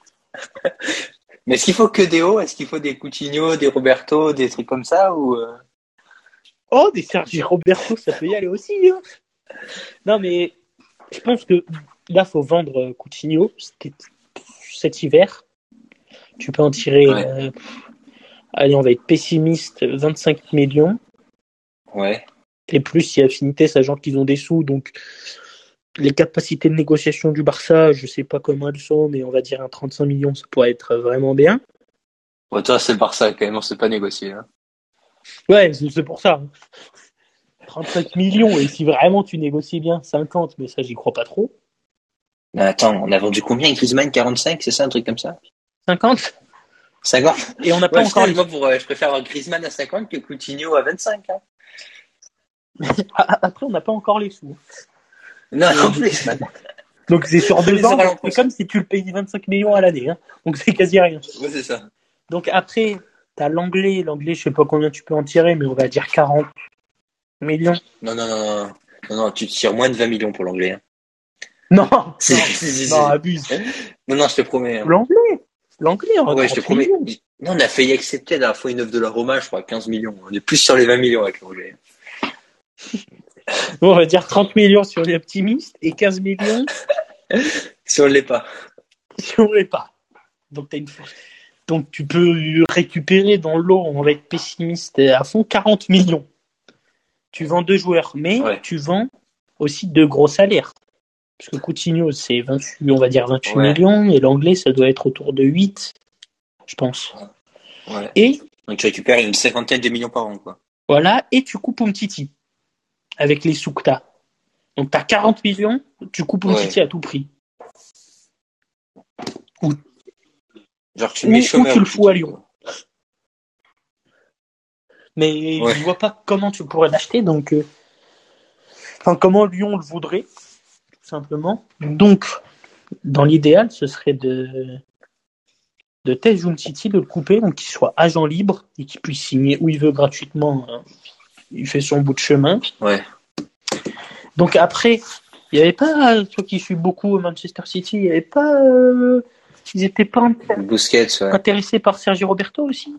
Mais est-ce qu'il faut que des hauts? Est-ce qu'il faut des Coutinho, des Roberto, des trucs comme ça, ou euh...
Oh, des Sergi Roberto, ça peut y aller aussi. Hein. Non, mais je pense que là, faut vendre Coutinho cet hiver. Tu peux en tirer.
Ouais.
Euh, allez, on va être pessimiste, vingt-cinq millions.
Ouais.
Et plus, il y a affinité, sachant qu'ils ont des sous. Donc, les capacités de négociation du Barça, je sais pas comment elles sont, mais on va dire un trente-cinq millions, ça pourrait être vraiment bien.
Bon, toi, c'est le Barça, quand même, on sait pas négocier. Hein.
Ouais, c'est, c'est pour ça. trente-cinq millions, et si vraiment tu négocies bien, cinquante, mais ça, j'y crois pas trop.
Mais attends, on a vendu combien Griezmann? quarante-cinq, c'est ça, un truc comme ça?
cinquante
cinquante?
Et on n'a pas
Ouais,
encore les...
moi, pour, euh, je préfère avoir Griezmann à cinquante que Coutinho à vingt-cinq. Hein.
Après, on n'a pas encore les sous.
Non, en plus.
Donc, c'est sur deux ans,
donc,
c'est comme si tu le payais vingt-cinq millions à l'année. Hein. Donc, c'est quasi rien.
Ouais, c'est ça.
Donc, après, t'as l'anglais. L'anglais, je sais pas combien tu peux en tirer, mais on va dire quarante millions.
Non, non, non, non. Non, non, tu tires moins de vingt millions pour l'anglais. Hein.
Non,
Si,
non,
si, si,
non,
si.
abuse.
Non, non, je te promets. Hein.
L'anglais, l'anglais, en
Ouais, je te promets.
millions.
Non, on a failli accepter la dernière fois une offre de la Roma, je crois, quinze millions. On est plus sur les vingt millions avec l'anglais.
Bon, on va dire trente millions si on est optimiste et quinze millions
Si on ne l'est pas.
si on l'est pas. Donc, t'as une... Donc, tu peux récupérer dans le lot, on va être pessimiste à fond, quarante millions. Tu vends deux joueurs, mais ouais. Tu vends aussi deux gros salaires. Parce que Coutinho, c'est vingt-huit, on va dire vingt-huit ouais. millions, et l'anglais, ça doit être autour de huit, je pense.
Ouais.
Et
donc tu récupères une cinquantaine de millions par an, quoi.
Voilà, et tu coupes Umtiti avec les sous que t'as. Donc t'as quarante millions, tu coupes Umtiti ouais. à tout prix. Ou,
Genre tu le mets chômeur,
ou tu le fous à Lyon. Mais ouais. je vois pas comment tu pourrais l'acheter, donc euh... enfin comment Lyon le voudrait, tout simplement. Donc dans l'idéal, ce serait de de Tej Umtiti, de le couper, donc qu'il soit agent libre et qu'il puisse signer où il veut gratuitement. Hein. Il fait son bout de chemin.
Ouais.
Donc après, il n'y avait pas, toi qui suis beaucoup au Manchester City, il n'y avait pas, euh, ils n'étaient pas
Busquets, ouais.
intéressés par Sergi Roberto aussi.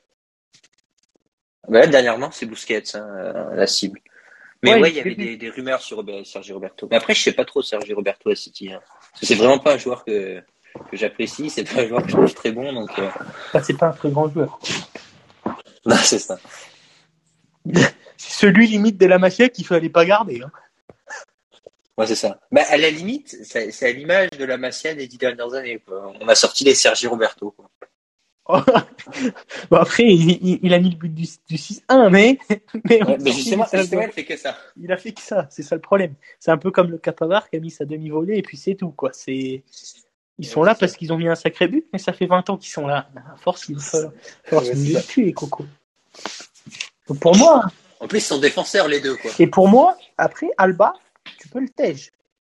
Bah, dernièrement, c'est Busquets, hein, la cible. Mais ouais, ouais il y avait des, des rumeurs sur Sergi Roberto. Mais après, je sais pas trop Sergi Roberto à City. Hein. Parce que c'est vraiment pas un joueur que que j'apprécie, c'est pas un joueur que je trouve très bon, donc. Euh...
Bah, c'est pas un très grand joueur.
Non, c'est ça.
C'est celui limite de la Masia qu'il fallait pas garder. Hein.
Ouais, c'est ça. Bah, à la limite, c'est, c'est à l'image de la Masia des dix dernières années. Quoi. On a sorti les Sergi Roberto. Quoi.
Bon, après, il, il a mis le but du, du six un, mais. Mais,
ouais, mais justement, justement, il fait que ça.
Il a fait que ça, c'est ça le problème. C'est un peu comme le Capavar qui a mis sa demi-volée et puis c'est tout, quoi. C'est. Ils sont ouais, là parce ça. Qu'ils ont mis un sacré but, mais ça fait vingt ans qu'ils sont là. À force, il faut ouais, les tuer, les cocos. Donc pour moi.
En plus, ils sont défenseurs, les deux, quoi.
Et pour moi, après, Alba, tu peux le tège.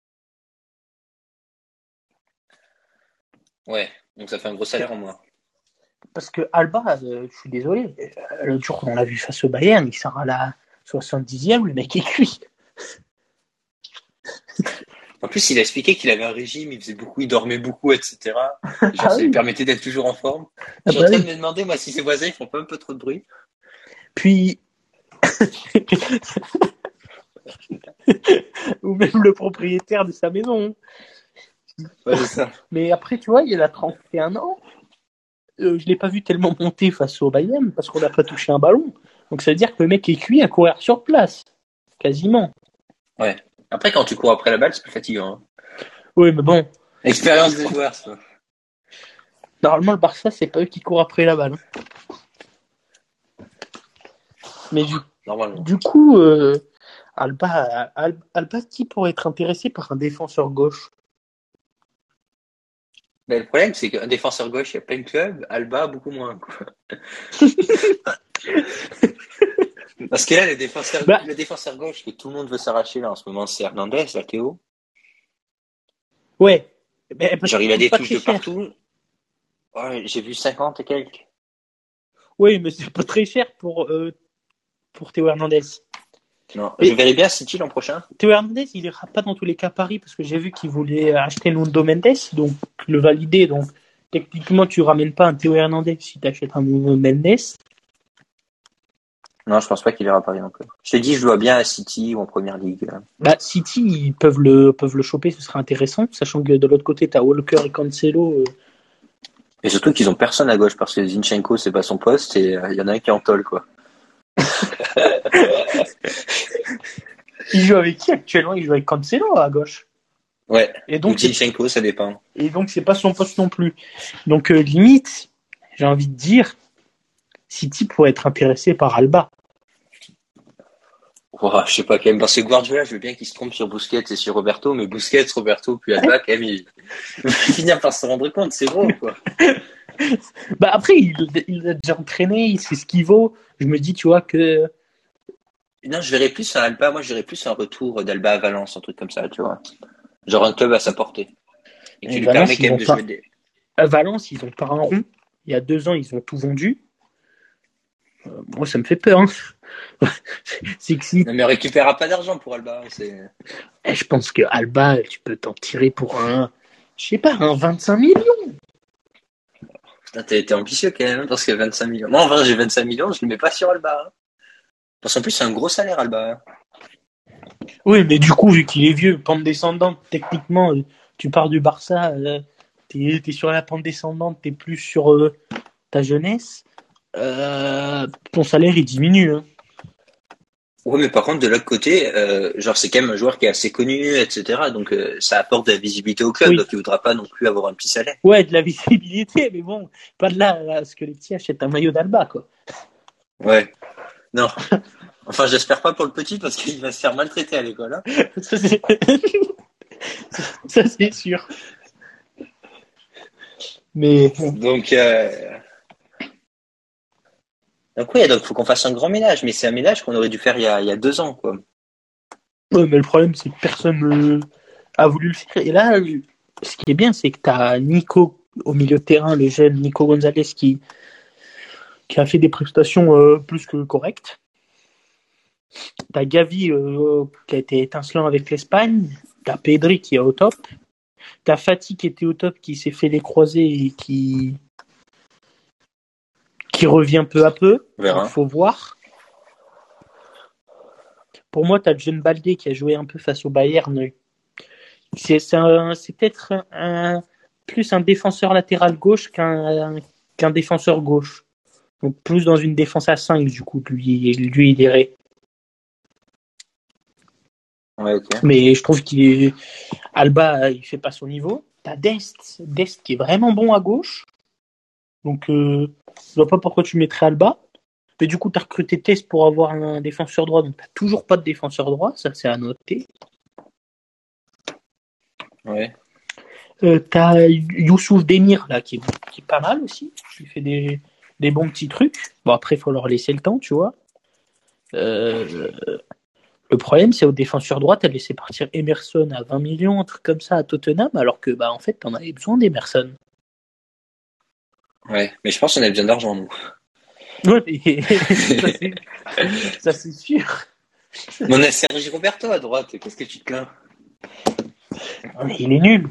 Ouais, donc ça fait un gros salaire en moins.
Parce que Alba, euh, je suis désolé, le jour qu'on l'a vu face au Bayern, il sort à la soixante-dixième, le mec est cuit.
En plus, il a expliqué qu'il avait un régime, il faisait beaucoup, il dormait beaucoup, et cetera. Genre,
Ah
ça lui
oui.
permettait d'être toujours en forme.
Ah
Je suis en
bah
train de
oui.
me demander, moi, si ses voisins, ils font pas un peu trop de bruit.
Puis, ou même le propriétaire de sa maison.
Ouais, c'est ça.
Mais après, tu vois, il a trente et un ans. Euh, je l'ai pas vu tellement monter face au Bayern parce qu'on n'a pas touché un ballon. Donc ça veut dire que le mec est cuit à courir sur place. Quasiment.
Ouais. Après, quand tu cours après la balle, c'est plus fatigant. Hein.
Oui, mais bon.
Expérience des joueurs, ça.
Normalement, le Barça, c'est pas eux qui courent après la balle. Mais du,
Normalement.
du coup, euh, Alba, Al- Alba, qui pourrait être intéressé par un défenseur gauche?
Mais le problème, c'est qu'un défenseur gauche, il y a plein de clubs. Alba, beaucoup moins. Quoi. Parce que là, le défenseur,
Bah,
le défenseur gauche que tout le monde veut s'arracher là en ce moment, c'est Hernandez, la Théo.
ouais. Mais parce
Genre,
qu'il
il a
coûte
des
pas
touches
très
de
cher.
partout. Ouais, j'ai vu cinquante et quelques.
Oui, mais c'est pas très cher pour, euh, pour Théo Hernandez.
Non, je
Mais
verrai bien City l'an prochain.
Théo Hernandez, il ira pas dans tous les cas à Paris parce que j'ai vu qu'il voulait acheter Nuno Mendes, donc le valider. Donc techniquement, tu ramènes pas un Théo Hernandez si tu achètes un Nuno Mendes.
Non, je pense pas qu'il ira à Paris non plus. Je te dis, je le vois bien à City ou en première ligue.
Bah, City, ils peuvent le, peuvent le choper, ce serait intéressant, sachant que de l'autre côté, tu as Walker et Cancelo. Euh...
Et surtout qu'ils ont personne à gauche parce que Zinchenko, c'est pas son poste et il euh, y en a un qui en tôle, quoi.
Il joue avec qui actuellement? Il joue avec Cancelo à gauche.
Ouais.
Et
Ou
donc, c'est...
Zinchenko, ça dépend.
Et donc, c'est pas son poste non plus. Donc, euh, limite, j'ai envie de dire, City pourrait être intéressé par Alba.
Oh, je sais pas quand même, parce que Guardiola, je veux bien qu'il se trompe sur Busquets et sur Roberto, mais Busquets, Roberto, puis Alba, quand même, il va finir par se rendre compte, c'est gros, quoi.
Bah après, il, il a déjà entraîné, il sait ce qu'il vaut. Je me dis, tu vois, que...
Non, je verrais plus un Alba, moi, je verrais plus un retour d'Alba à Valence, un truc comme ça, tu vois. Genre un club à sa portée. Et
Et
tu lui
Valence,
permets quand
ils
même
ont
de
pas...
jouer des...
À Valence, ils ont pas un rond. Il y a deux ans, ils ont tout vendu. Euh, moi, ça me fait peur. Hein. C'est que si...
Non, mais on récupérera pas d'argent pour Alba, c'est...
Eh, je pense que Alba, tu peux t'en tirer pour un... Je sais pas, un vingt-cinq millions.
Putain, t'es, t'es ambitieux quand même, parce que vingt-cinq millions. Moi, en vrai, j'ai vingt-cinq millions, je le mets pas sur Alba. Hein. Parce qu'en plus, c'est un gros salaire, Alba. Hein.
Oui, mais du coup, vu qu'il est vieux, pente descendante, techniquement, euh, tu pars du Barça, euh, t'es, t'es sur la pente descendante, t'es plus sur euh, ta jeunesse, euh, ton salaire, il diminue. Hein.
Ouais, mais par contre, de l'autre côté, euh, genre, c'est quand même un joueur qui est assez connu, et cetera. Donc, euh, ça apporte de la visibilité au club,
Oui.
donc il voudra pas non plus avoir un petit salaire.
Ouais, de la visibilité, mais bon, pas de là à ce que les petits achètent un maillot d'Alba, quoi.
Ouais. Non. Enfin, j'espère pas pour le petit, parce qu'il va se faire maltraiter à l'école. Hein.
Ça, c'est... Ça, c'est sûr. Mais
Donc, euh... donc oui, donc faut qu'on fasse un grand ménage, mais c'est un ménage qu'on aurait dû faire il y a, il y a deux ans, quoi.
ouais, mais le problème, c'est que personne euh, a voulu le faire. Et là, ce qui est bien, c'est que tu as Nico au milieu de terrain, le jeune Nico Gonzalez, qui, qui a fait des prestations euh, plus que correctes. Tu as Gavi euh, qui a été étincelant avec l'Espagne. Tu as Pedri qui est au top. Tu as Fati qui était au top, qui s'est fait les croisés et qui, qui revient peu à peu. Il faut voir. Pour moi, tu as John Baldé qui a joué un peu face au Bayern. C'est, c'est, un, c'est peut-être un, un, plus un défenseur latéral gauche qu'un, qu'un défenseur gauche. Donc plus dans une défense à cinq, du coup, lui, lui il irait.
Ouais, ok.
Mais je trouve qu'il est... Alba, il fait pas son niveau. T'as Dest, Dest qui est vraiment bon à gauche. Donc, euh, je vois pas pourquoi tu mettrais Alba. Mais du coup, t'as recruté Test pour avoir un défenseur droit. Donc, t'as toujours pas de défenseur droit. Ça, c'est à noter.
Ouais.
Euh, t'as Youssouf Demir, là, qui est, qui est pas mal aussi. Il fait des, des bons petits trucs. Bon, après, il faut leur laisser le temps, tu vois. Euh, le problème, c'est au défenseur droit, t'as laissé partir Emerson à vingt millions, un truc comme ça, à Tottenham, alors que, bah, en fait, t'en avais besoin d'Emerson.
Ouais, mais je pense qu'on a besoin d'argent, nous.
Ouais, mais ça, c'est... ça, c'est sûr.
Mais on a Sergi Roberto à droite, qu'est-ce que tu te plains?
Mais il est nul.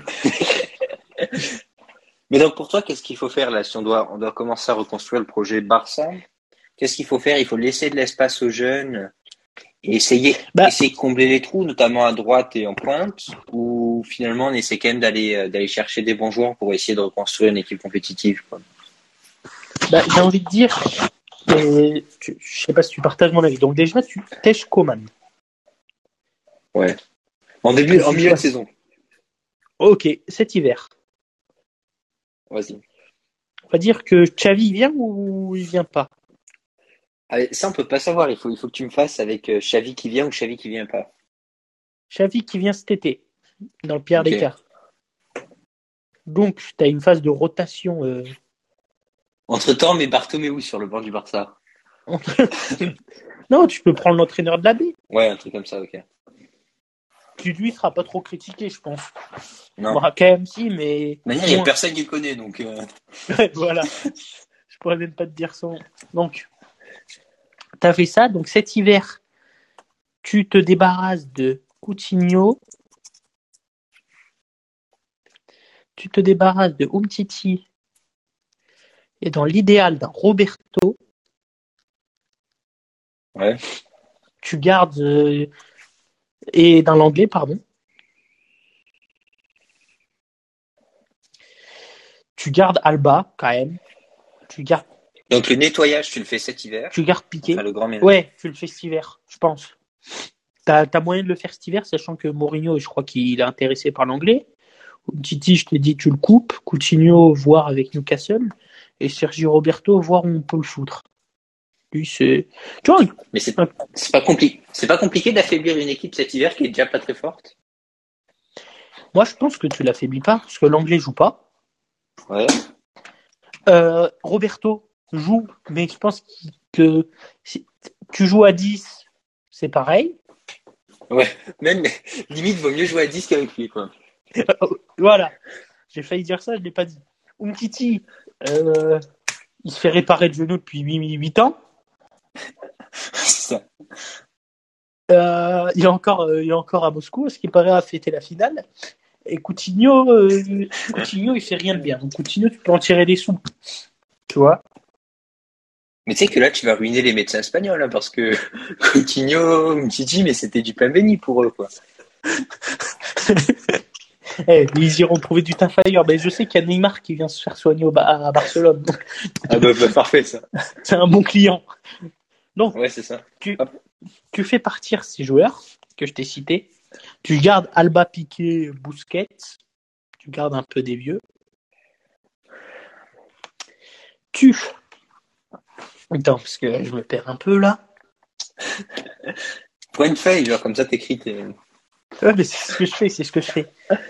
Mais donc pour toi, qu'est-ce qu'il faut faire là si on doit on doit commencer à reconstruire le projet Barça? Qu'est-ce qu'il faut faire? Il faut laisser de l'espace aux jeunes et essayer
Bah,
essayer de combler les trous, notamment à droite et en pointe, ou finalement on essaie quand même d'aller euh, d'aller chercher des bons joueurs pour essayer de reconstruire une équipe compétitive, quoi.
bah, j'ai envie de dire, et tu- je sais pas si tu partages mon avis. Donc déjà, tu tèches Coman.
Ouais. En
Que
début, en
tu
milieu de
fasses.
saison.
Ok, cet hiver.
Vas-y.
On va dire que Xavi vient ou il vient pas.
Allez, ça on peut pas savoir. Il faut il faut que tu me fasses avec euh, Xavi qui vient ou Xavi qui vient pas.
Xavi qui vient cet été, dans le pire
Ok.
des cas. Donc, tu as une phase de rotation. euh,
Entre-temps, mais Bartomeu sur le banc du Barça.
Non, tu peux prendre l'entraîneur de la B.
Ouais, un truc comme ça, ok.
Qui lui sera pas trop critiqué, je pense.
Non.
Bon, quand même si, mais
De toute manière, il y a
moins.
personne qui le connaît, donc. euh,
Voilà. Je pourrais même pas te dire son. Donc, tu as fait ça. Donc, cet hiver, tu te débarrasses de Coutinho. Tu te débarrasses de Umtiti. Et dans l'idéal d'un Roberto,
Ouais.
tu gardes. euh, Et dans l'anglais, pardon. Tu gardes Alba, quand même. Tu gardes,
Donc le nettoyage, tu le fais cet hiver.
tu gardes
Enfin,
Piqué.
le grand ménage.
Ouais, tu le fais cet hiver, je pense. T'as, t'as moyen de le faire cet hiver, sachant que Mourinho, je crois qu'il est intéressé par l'anglais. Titi, je t'ai dit, tu le coupes. Coutinho, voir avec Newcastle. Et Sergio Roberto, voir où on peut le foutre. Lui, c'est. Tu vois,
Mais c'est c'est pas compliqué. C'est pas compliqué d'affaiblir une équipe cet hiver qui est déjà pas très forte.
moi, je pense que tu l'affaiblis pas, parce que l'anglais joue pas.
Ouais.
Euh, Roberto joue, mais je pense que si tu joues à dix, c'est pareil.
Ouais. Même limite, vaut mieux jouer à dix qu'avec lui, quoi.
Voilà. J'ai failli dire ça, je l'ai pas dit. Umtiti, euh, il se fait réparer le genou depuis huit ans.
C'est ça.
Euh, il est encore, euh, il est encore à Moscou, ce qui paraît à fêter la finale. Et Coutinho, euh, Coutinho, il fait rien de bien. Donc Coutinho, tu peux en tirer des sous, tu vois.
Mais tu sais que là, tu vas ruiner les médecins espagnols, hein, parce que Coutinho, Titi, mais c'était du pain béni pour eux, quoi.
Eh, ils iront trouver du taf ailleurs. Mais je sais qu'il y a Neymar qui vient se faire soigner au Ba- à Barcelone. Donc,
Ah bah, bah, parfait, ça.
c'est un bon client. Donc,
Ouais, c'est ça.
tu,
Hop.
tu fais partir ces joueurs que je t'ai cités. Tu gardes Alba, Piqué, Busquets. Tu gardes un peu des vieux. Tu. Attends, parce que je me perds un peu là.
Prends une feuille, genre comme ça, t'écris tes...
Ouais, mais c'est ce que je fais, c'est ce que je fais.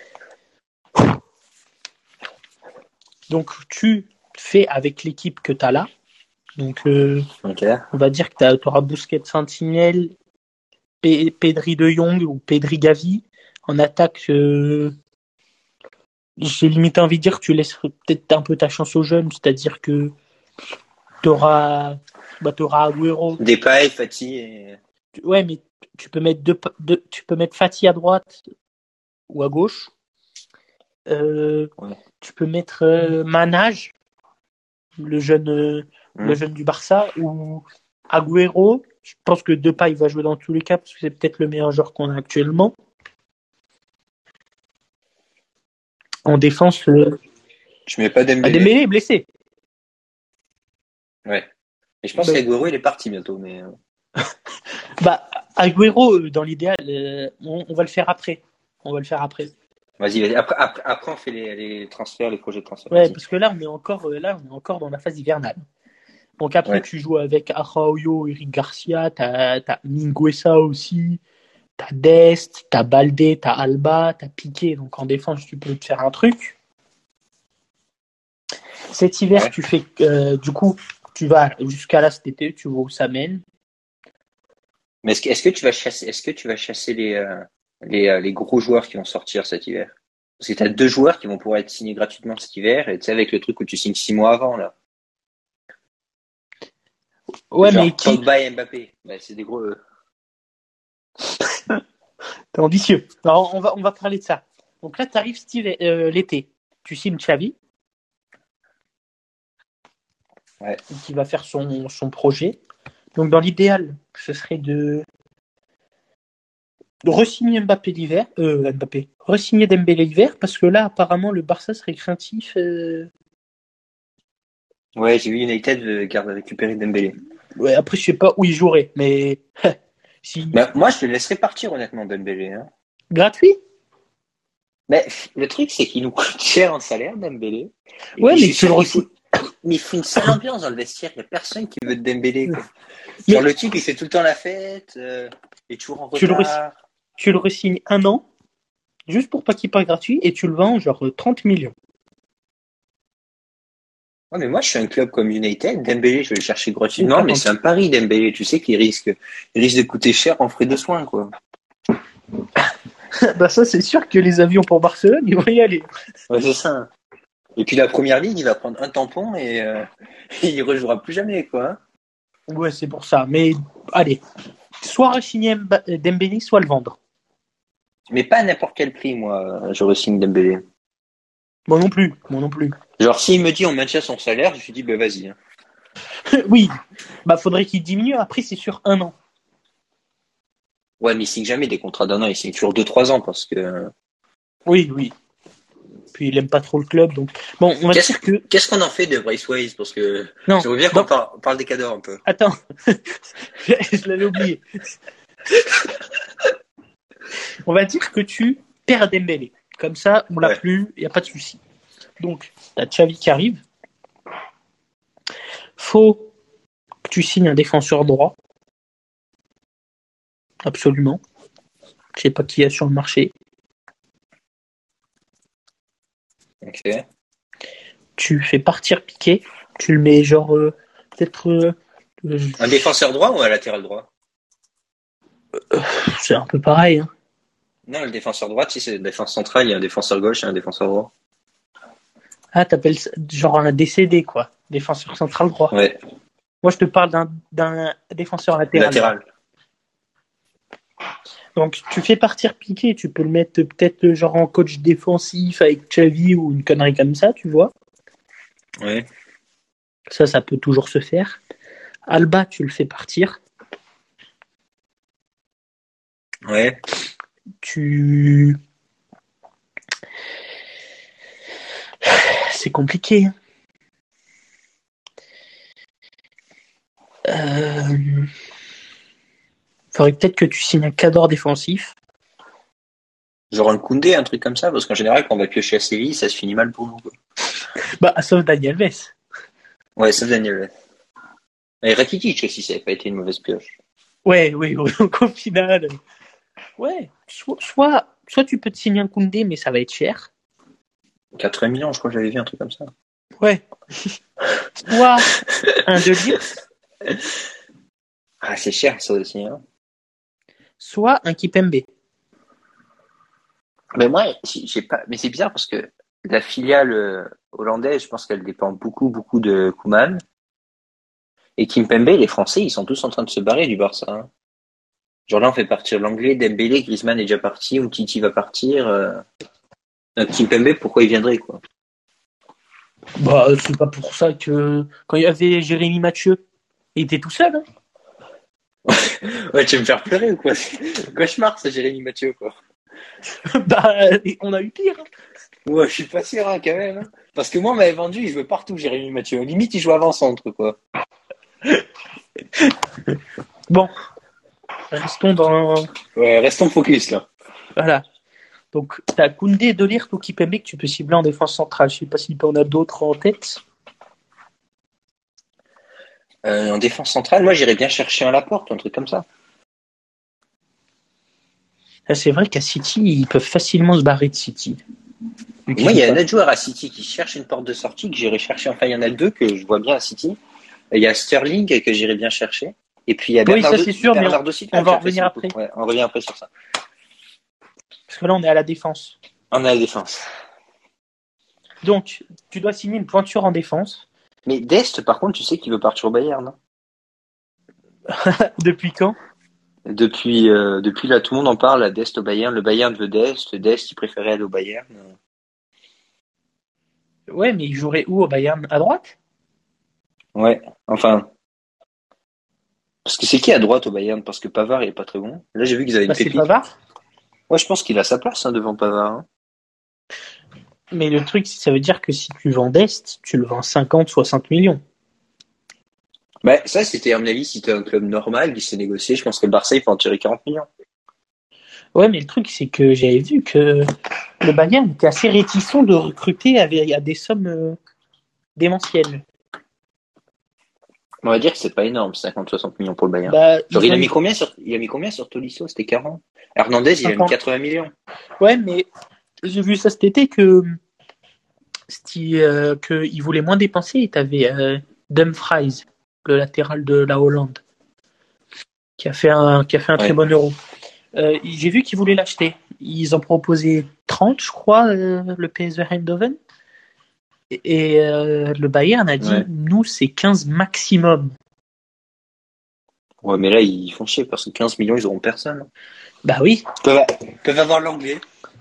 Donc, tu fais avec l'équipe que tu as là. Donc, euh,
Ok.
on va dire que tu auras Busquets, Sentinelle, P- Pedri de Jong ou Pedri Gavi. En attaque, euh, j'ai limite envie de dire que tu laisses peut-être un peu ta chance aux jeunes, c'est-à-dire que tu auras, bah, t'auras Agüero.
Depay, Fati et...
Ouais, mais tu peux mettre deux, deux- tu peux mettre Fati à droite ou à gauche. Euh,
Ouais.
tu peux mettre euh, Manage, le jeune, euh, le
Hum.
jeune du Barça, ou Agüero. Je pense que Depay va jouer dans tous les cas parce que c'est peut-être le meilleur joueur qu'on a actuellement. En défense, euh,
Tu mets pas
bah,
Dembélé.
Dembélé est blessé.
Ouais. Et je pense
Bah,
qu'Aguero, il est parti bientôt, mais... euh,
bah, Agüero, euh, dans l'idéal, euh, on, on va le faire après. On va le faire après.
Vas-y, vas-y. Après, après, après, on fait les, les transferts, les projets de transfert.
Ouais,
Vas-y.
parce que là, on est encore, euh, là, on est encore dans la phase hivernale. Donc après,
Ouais.
tu joues avec Araujo, Eric Garcia, t'as, t'as Mingueza aussi, t'as Dest, t'as Baldé, t'as Alba, t'as Piqué. Donc en défense, tu peux te faire un truc. Cet hiver,
Ouais.
tu fais, euh, du coup, tu vas jusqu'à là cet été, tu vois où ça mène.
Mais est-ce que, est-ce que tu vas chasser, est-ce que tu vas chasser les, euh, les, euh, les gros joueurs qui vont sortir cet hiver? Parce que tu as deux joueurs qui vont pouvoir être signés gratuitement cet hiver, et tu sais, avec le truc où tu signes six mois avant, là.
Ouais, mais
Genre
qui?
Pogba et Mbappé. Bah, c'est des gros, eux.
T'es ambitieux. Alors, on va, on va parler de ça. Donc là, tu arrives euh, l'été. Tu signes Xavi.
Ouais.
Qui va faire son, son projet. Donc dans l'idéal, ce serait de, de re-signer Mbappé l'hiver. Euh, Mbappé. Re-signer Dembélé l'hiver, parce que là, apparemment, le Barça serait craintif. Euh...
Ouais, j'ai vu United garde récupérer Dembélé.
Ouais, après, je sais pas où il jouerait, mais... si...
Mais moi, je le laisserais partir, honnêtement, Dembélé. Hein.
Gratuit?
Mais le truc, c'est qu'il nous coûte cher en salaire, Dembélé. Et
ouais,
puis,
mais
je suis
tu le
sûr qu'il
re-signes.
faut... Mais il faut une sale ambiance dans le vestiaire. Il n'y a personne qui veut de Dembélé. Quoi.
Mais...
Genre, le type, il fait tout le temps la fête. Euh, il est toujours en
tu
retard.
Le tu le re-signes un an, juste pour pas qu'il parte gratuit, et tu le vends genre trente millions.
Ouais, mais moi, je suis un club comme United. Dembélé, je vais le chercher gratuitement, mais c'est un pari, Dembélé. Tu sais qu'il risque, il risque de coûter cher en frais de soins, quoi.
Bah ça, c'est sûr que les avions pour Barcelone, ils vont y aller.
Ouais, c'est ça. Et puis la première ligue, il va prendre un tampon et euh, il rejouera plus jamais, quoi.
Ouais, c'est pour ça. Mais allez, soit re-signer Dembélé, soit le vendre.
Mais pas à n'importe quel prix, moi, je re-signe Dembélé.
Moi non plus, moi non plus.
Genre, s'il me dit on maintient son salaire, je lui dis, bah vas-y. Hein.
Oui, bah faudrait qu'il diminue. Après, c'est sur un an.
Ouais, mais il signe jamais des contrats d'un an, il signe toujours deux trois ans parce que.
Oui, oui. Puis il aime pas trop le club, donc. Bon, on va
qu'est-ce,
dire que.
Qu'est-ce qu'on en fait de Bryce Weiss? Parce que.
Non.
Je veux bien qu'on donc... parle, parle des cadors un peu.
Attends, je l'avais oublié. On va dire que tu perds Dembélé. Comme ça, on l'a ouais. plus, il n'y a pas de souci. Donc, t'as Xavi qui arrive. Faut que tu signes un défenseur droit. Absolument. Je sais pas qui y a sur le marché.
Ok.
Tu fais partir Piqué. Tu le mets genre euh, peut-être euh,
un défenseur droit ou un latéral droit?
euh, C'est un peu pareil. Hein.
Non, le défenseur droit, si c'est la défense centrale, il y a un défenseur gauche et un défenseur droit.
Ah, t'appelles genre un décédé, quoi. Défenseur central droit.
Ouais.
Moi, je te parle d'un, d'un défenseur latéral.
Latéral.
Donc, tu fais partir Piqué, tu peux le mettre peut-être genre en coach défensif avec Xavi ou une connerie comme ça, tu vois.
Ouais.
Ça, ça peut toujours se faire. Alba, tu le fais partir.
Ouais.
Tu... C'est compliqué. Euh... Faudrait peut-être que tu signes un cadre défensif.
Genre un Koundé, un truc comme ça, parce qu'en général, quand on va piocher à Séville, ça se finit mal pour nous. Quoi.
Bah, sauf Daniel Alves.
Ouais, sauf Daniel Alves. Et Rakitic aussi, ça n'avait pas été une mauvaise pioche.
Ouais, oui, oui, donc au final... Ouais, soit, soit, soit tu peux te signer un Koundé, mais ça va être cher.
quatre-vingts millions, je crois que j'avais vu un truc comme ça.
Ouais. Soit un De Ligt.
Ah, c'est cher ça aussi. Hein.
Soit un Kipembe.
Mais moi, j'ai pas. Mais c'est bizarre parce que la filiale hollandaise, je pense qu'elle dépend beaucoup, beaucoup de Koeman. Et Kimpembe, les Français, ils sont tous en train de se barrer du Barça. Hein. Genre là, on fait partir l'anglais, Dembélé, Griezmann est déjà parti, ou Titi va partir. Euh... Donc, Kimpembe, pourquoi il viendrait, quoi?
Bah, c'est pas pour ça que quand il y avait Jérémy Mathieu, il était tout seul. Hein.
Ouais, tu veux me faire pleurer ou quoi? Cauchemar, ça, Jérémy Mathieu, quoi.
Bah, on a eu pire. Hein.
Ouais, je suis pas sûr, hein, quand même. Hein. Parce que moi, on m'avait vendu, il jouait partout, Jérémy Mathieu. Limite, il joue avant-centre, quoi.
Bon. Restons dans...
Ouais, restons focus, là.
Voilà. Donc, t'as Koundé et De Ligt ou Kipembe que tu peux cibler en défense centrale. Je sais pas s'il en a d'autres en tête.
Euh, en défense centrale, moi, j'irais bien chercher un Laporte, un truc comme ça.
C'est vrai qu'à City, ils peuvent facilement se barrer de City.
Moi, il y a un autre joueur à City qui cherche une porte de sortie que j'irai chercher. Enfin, il y en a deux que je vois bien à City. Il y a Sterling que j'irai bien chercher. Et puis, il y a Bernardo,
oui, ça, c'est sûr,
Bernardo
mais on,
Silva.
on va en revenir après.
Ouais, on revient après sur ça.
Parce que là, on est à la défense.
On est à la défense.
Donc, tu dois signer une pointure en défense.
Mais Dest, par contre, tu sais qu'il veut partir au Bayern, non?
Depuis quand?
Depuis, euh, depuis là, tout le monde en parle, à Dest au Bayern. Le Bayern veut Dest. Dest, il préférait aller au Bayern.
Ouais, mais il jouerait où au Bayern? À droite?
Ouais, enfin, parce que c'est qui à droite au Bayern? Parce que Pavard, il est pas très bon. Là, j'ai vu qu'ils avaient une
Bah, c'est
pépite.
Pavard.
Ouais, je pense qu'il a sa place hein, devant Pavard. Hein.
Mais le truc, ça veut dire que si tu vends Dest, tu le vends cinquante, soixante millions.
Bah, ça, c'était, à mon avis, si t'es un club normal qui s'est négocié, je pense que le Barça, il peut en tirer quarante millions.
Ouais, mais le truc, c'est que j'avais vu que le Bayern était assez réticent de recruter avec, à des sommes euh, démentielles.
On va dire que c'est pas énorme, cinquante soixante millions pour le Bayern.
Bah,
Genre,
ils
il
ont
a
eu
mis combien sur, il a mis combien sur Tolisso? C'était quarante. Hernandez, il a mis
cinquante.
quatre-vingts millions.
Ouais, mais j'ai vu ça cet été que c'était, euh, qu'ils voulaient moins dépenser et t'avais euh, Dumfries, le latéral de la Hollande, qui a fait un, qui a fait un très
Ouais.
bon euro. Euh, j'ai vu qu'ils voulaient l'acheter. Ils ont proposé trente, je crois, euh, le P S V Eindhoven. Et, et euh, le Bayern a dit,
Ouais.
nous, c'est quinze maximum.
Ouais, mais là, ils font chier parce que quinze millions, ils auront personne.
Bah oui.
Ils peuvent, ils peuvent avoir l'anglais.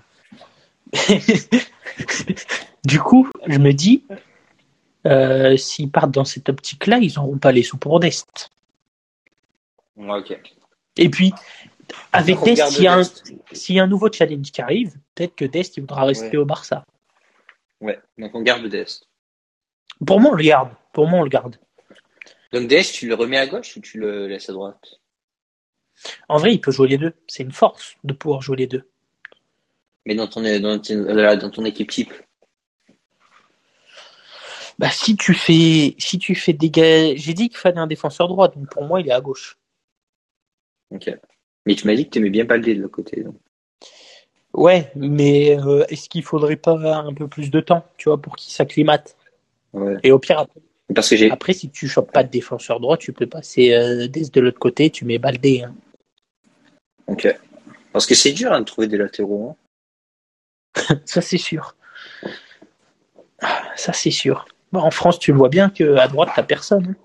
Du coup, je me dis, euh, s'ils partent dans cette optique-là, ils n'auront pas les sous pour Dest.
Ouais, ok.
Et puis, avec
On
Dest,
regarde
s'il y, a un,
Dest.
s'il y a un nouveau challenge qui arrive, peut-être que Dest il voudra rester
Ouais.
au Barça.
Ouais. Donc, on garde Dest.
Pour moi, on le garde. Pour moi, on le garde.
Donc, Dest, tu le remets à gauche ou tu le laisses à droite?
En vrai, il peut jouer les deux. C'est une force de pouvoir jouer les deux.
Mais dans ton, dans ton, dans ton équipe type.
Bah, si tu fais, si tu fais des gars, j'ai dit qu'il fallait un défenseur droit, donc pour moi, il est à gauche.
Ok. Mais tu m'as dit que tu aimais bien Baldé de l'autre côté. Donc.
Ouais, mais euh, est-ce qu'il faudrait pas un peu plus de temps, tu vois, pour qu'il s'acclimate?
Ouais.
Et au pire, après,
Parce que j'ai.
après, si tu chopes pas de défenseur droit, tu peux passer euh, Dest de l'autre côté, tu mets Baldé. Hein.
Ok. Parce que c'est dur hein, de trouver des latéraux. Hein.
Ça, c'est sûr. Ça, c'est sûr. Bon, en France, tu le vois bien qu'à droite, t'as personne.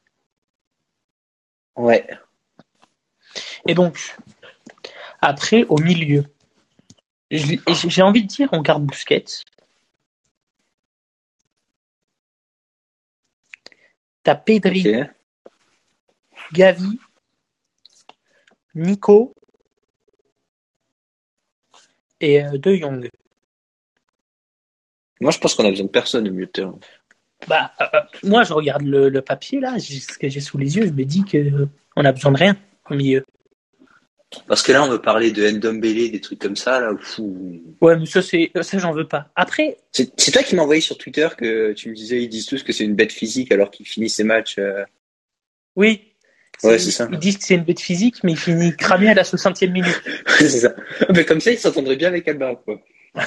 Ouais.
Et donc, après, au milieu, j'ai envie de dire, on garde Busquets. T'as Pedri,
Ok.
Gavi, Nico et euh, De Jong.
Moi, je pense qu'on a besoin de personne au milieu de terrain.
Bah, euh, moi, je regarde le, le papier là, ce que j'ai sous les yeux, je me dis que euh, on a besoin de rien au milieu.
Parce que là, on veut parler de Ndombele, des trucs comme ça. Là, fou.
Ouais, mais ça, c'est ça, j'en veux pas. Après,
C'est, c'est toi qui m'as envoyé sur Twitter que tu me disais, ils disent tous que c'est une bête physique alors qu'il finit ses matchs. Euh...
oui,
Ouais,
c'est,
c'est ça.
ils disent que c'est une bête physique, mais il finit cramé à la soixantième minute.
c'est ça. Mais comme ça, il s'entendrait bien avec Alba, quoi.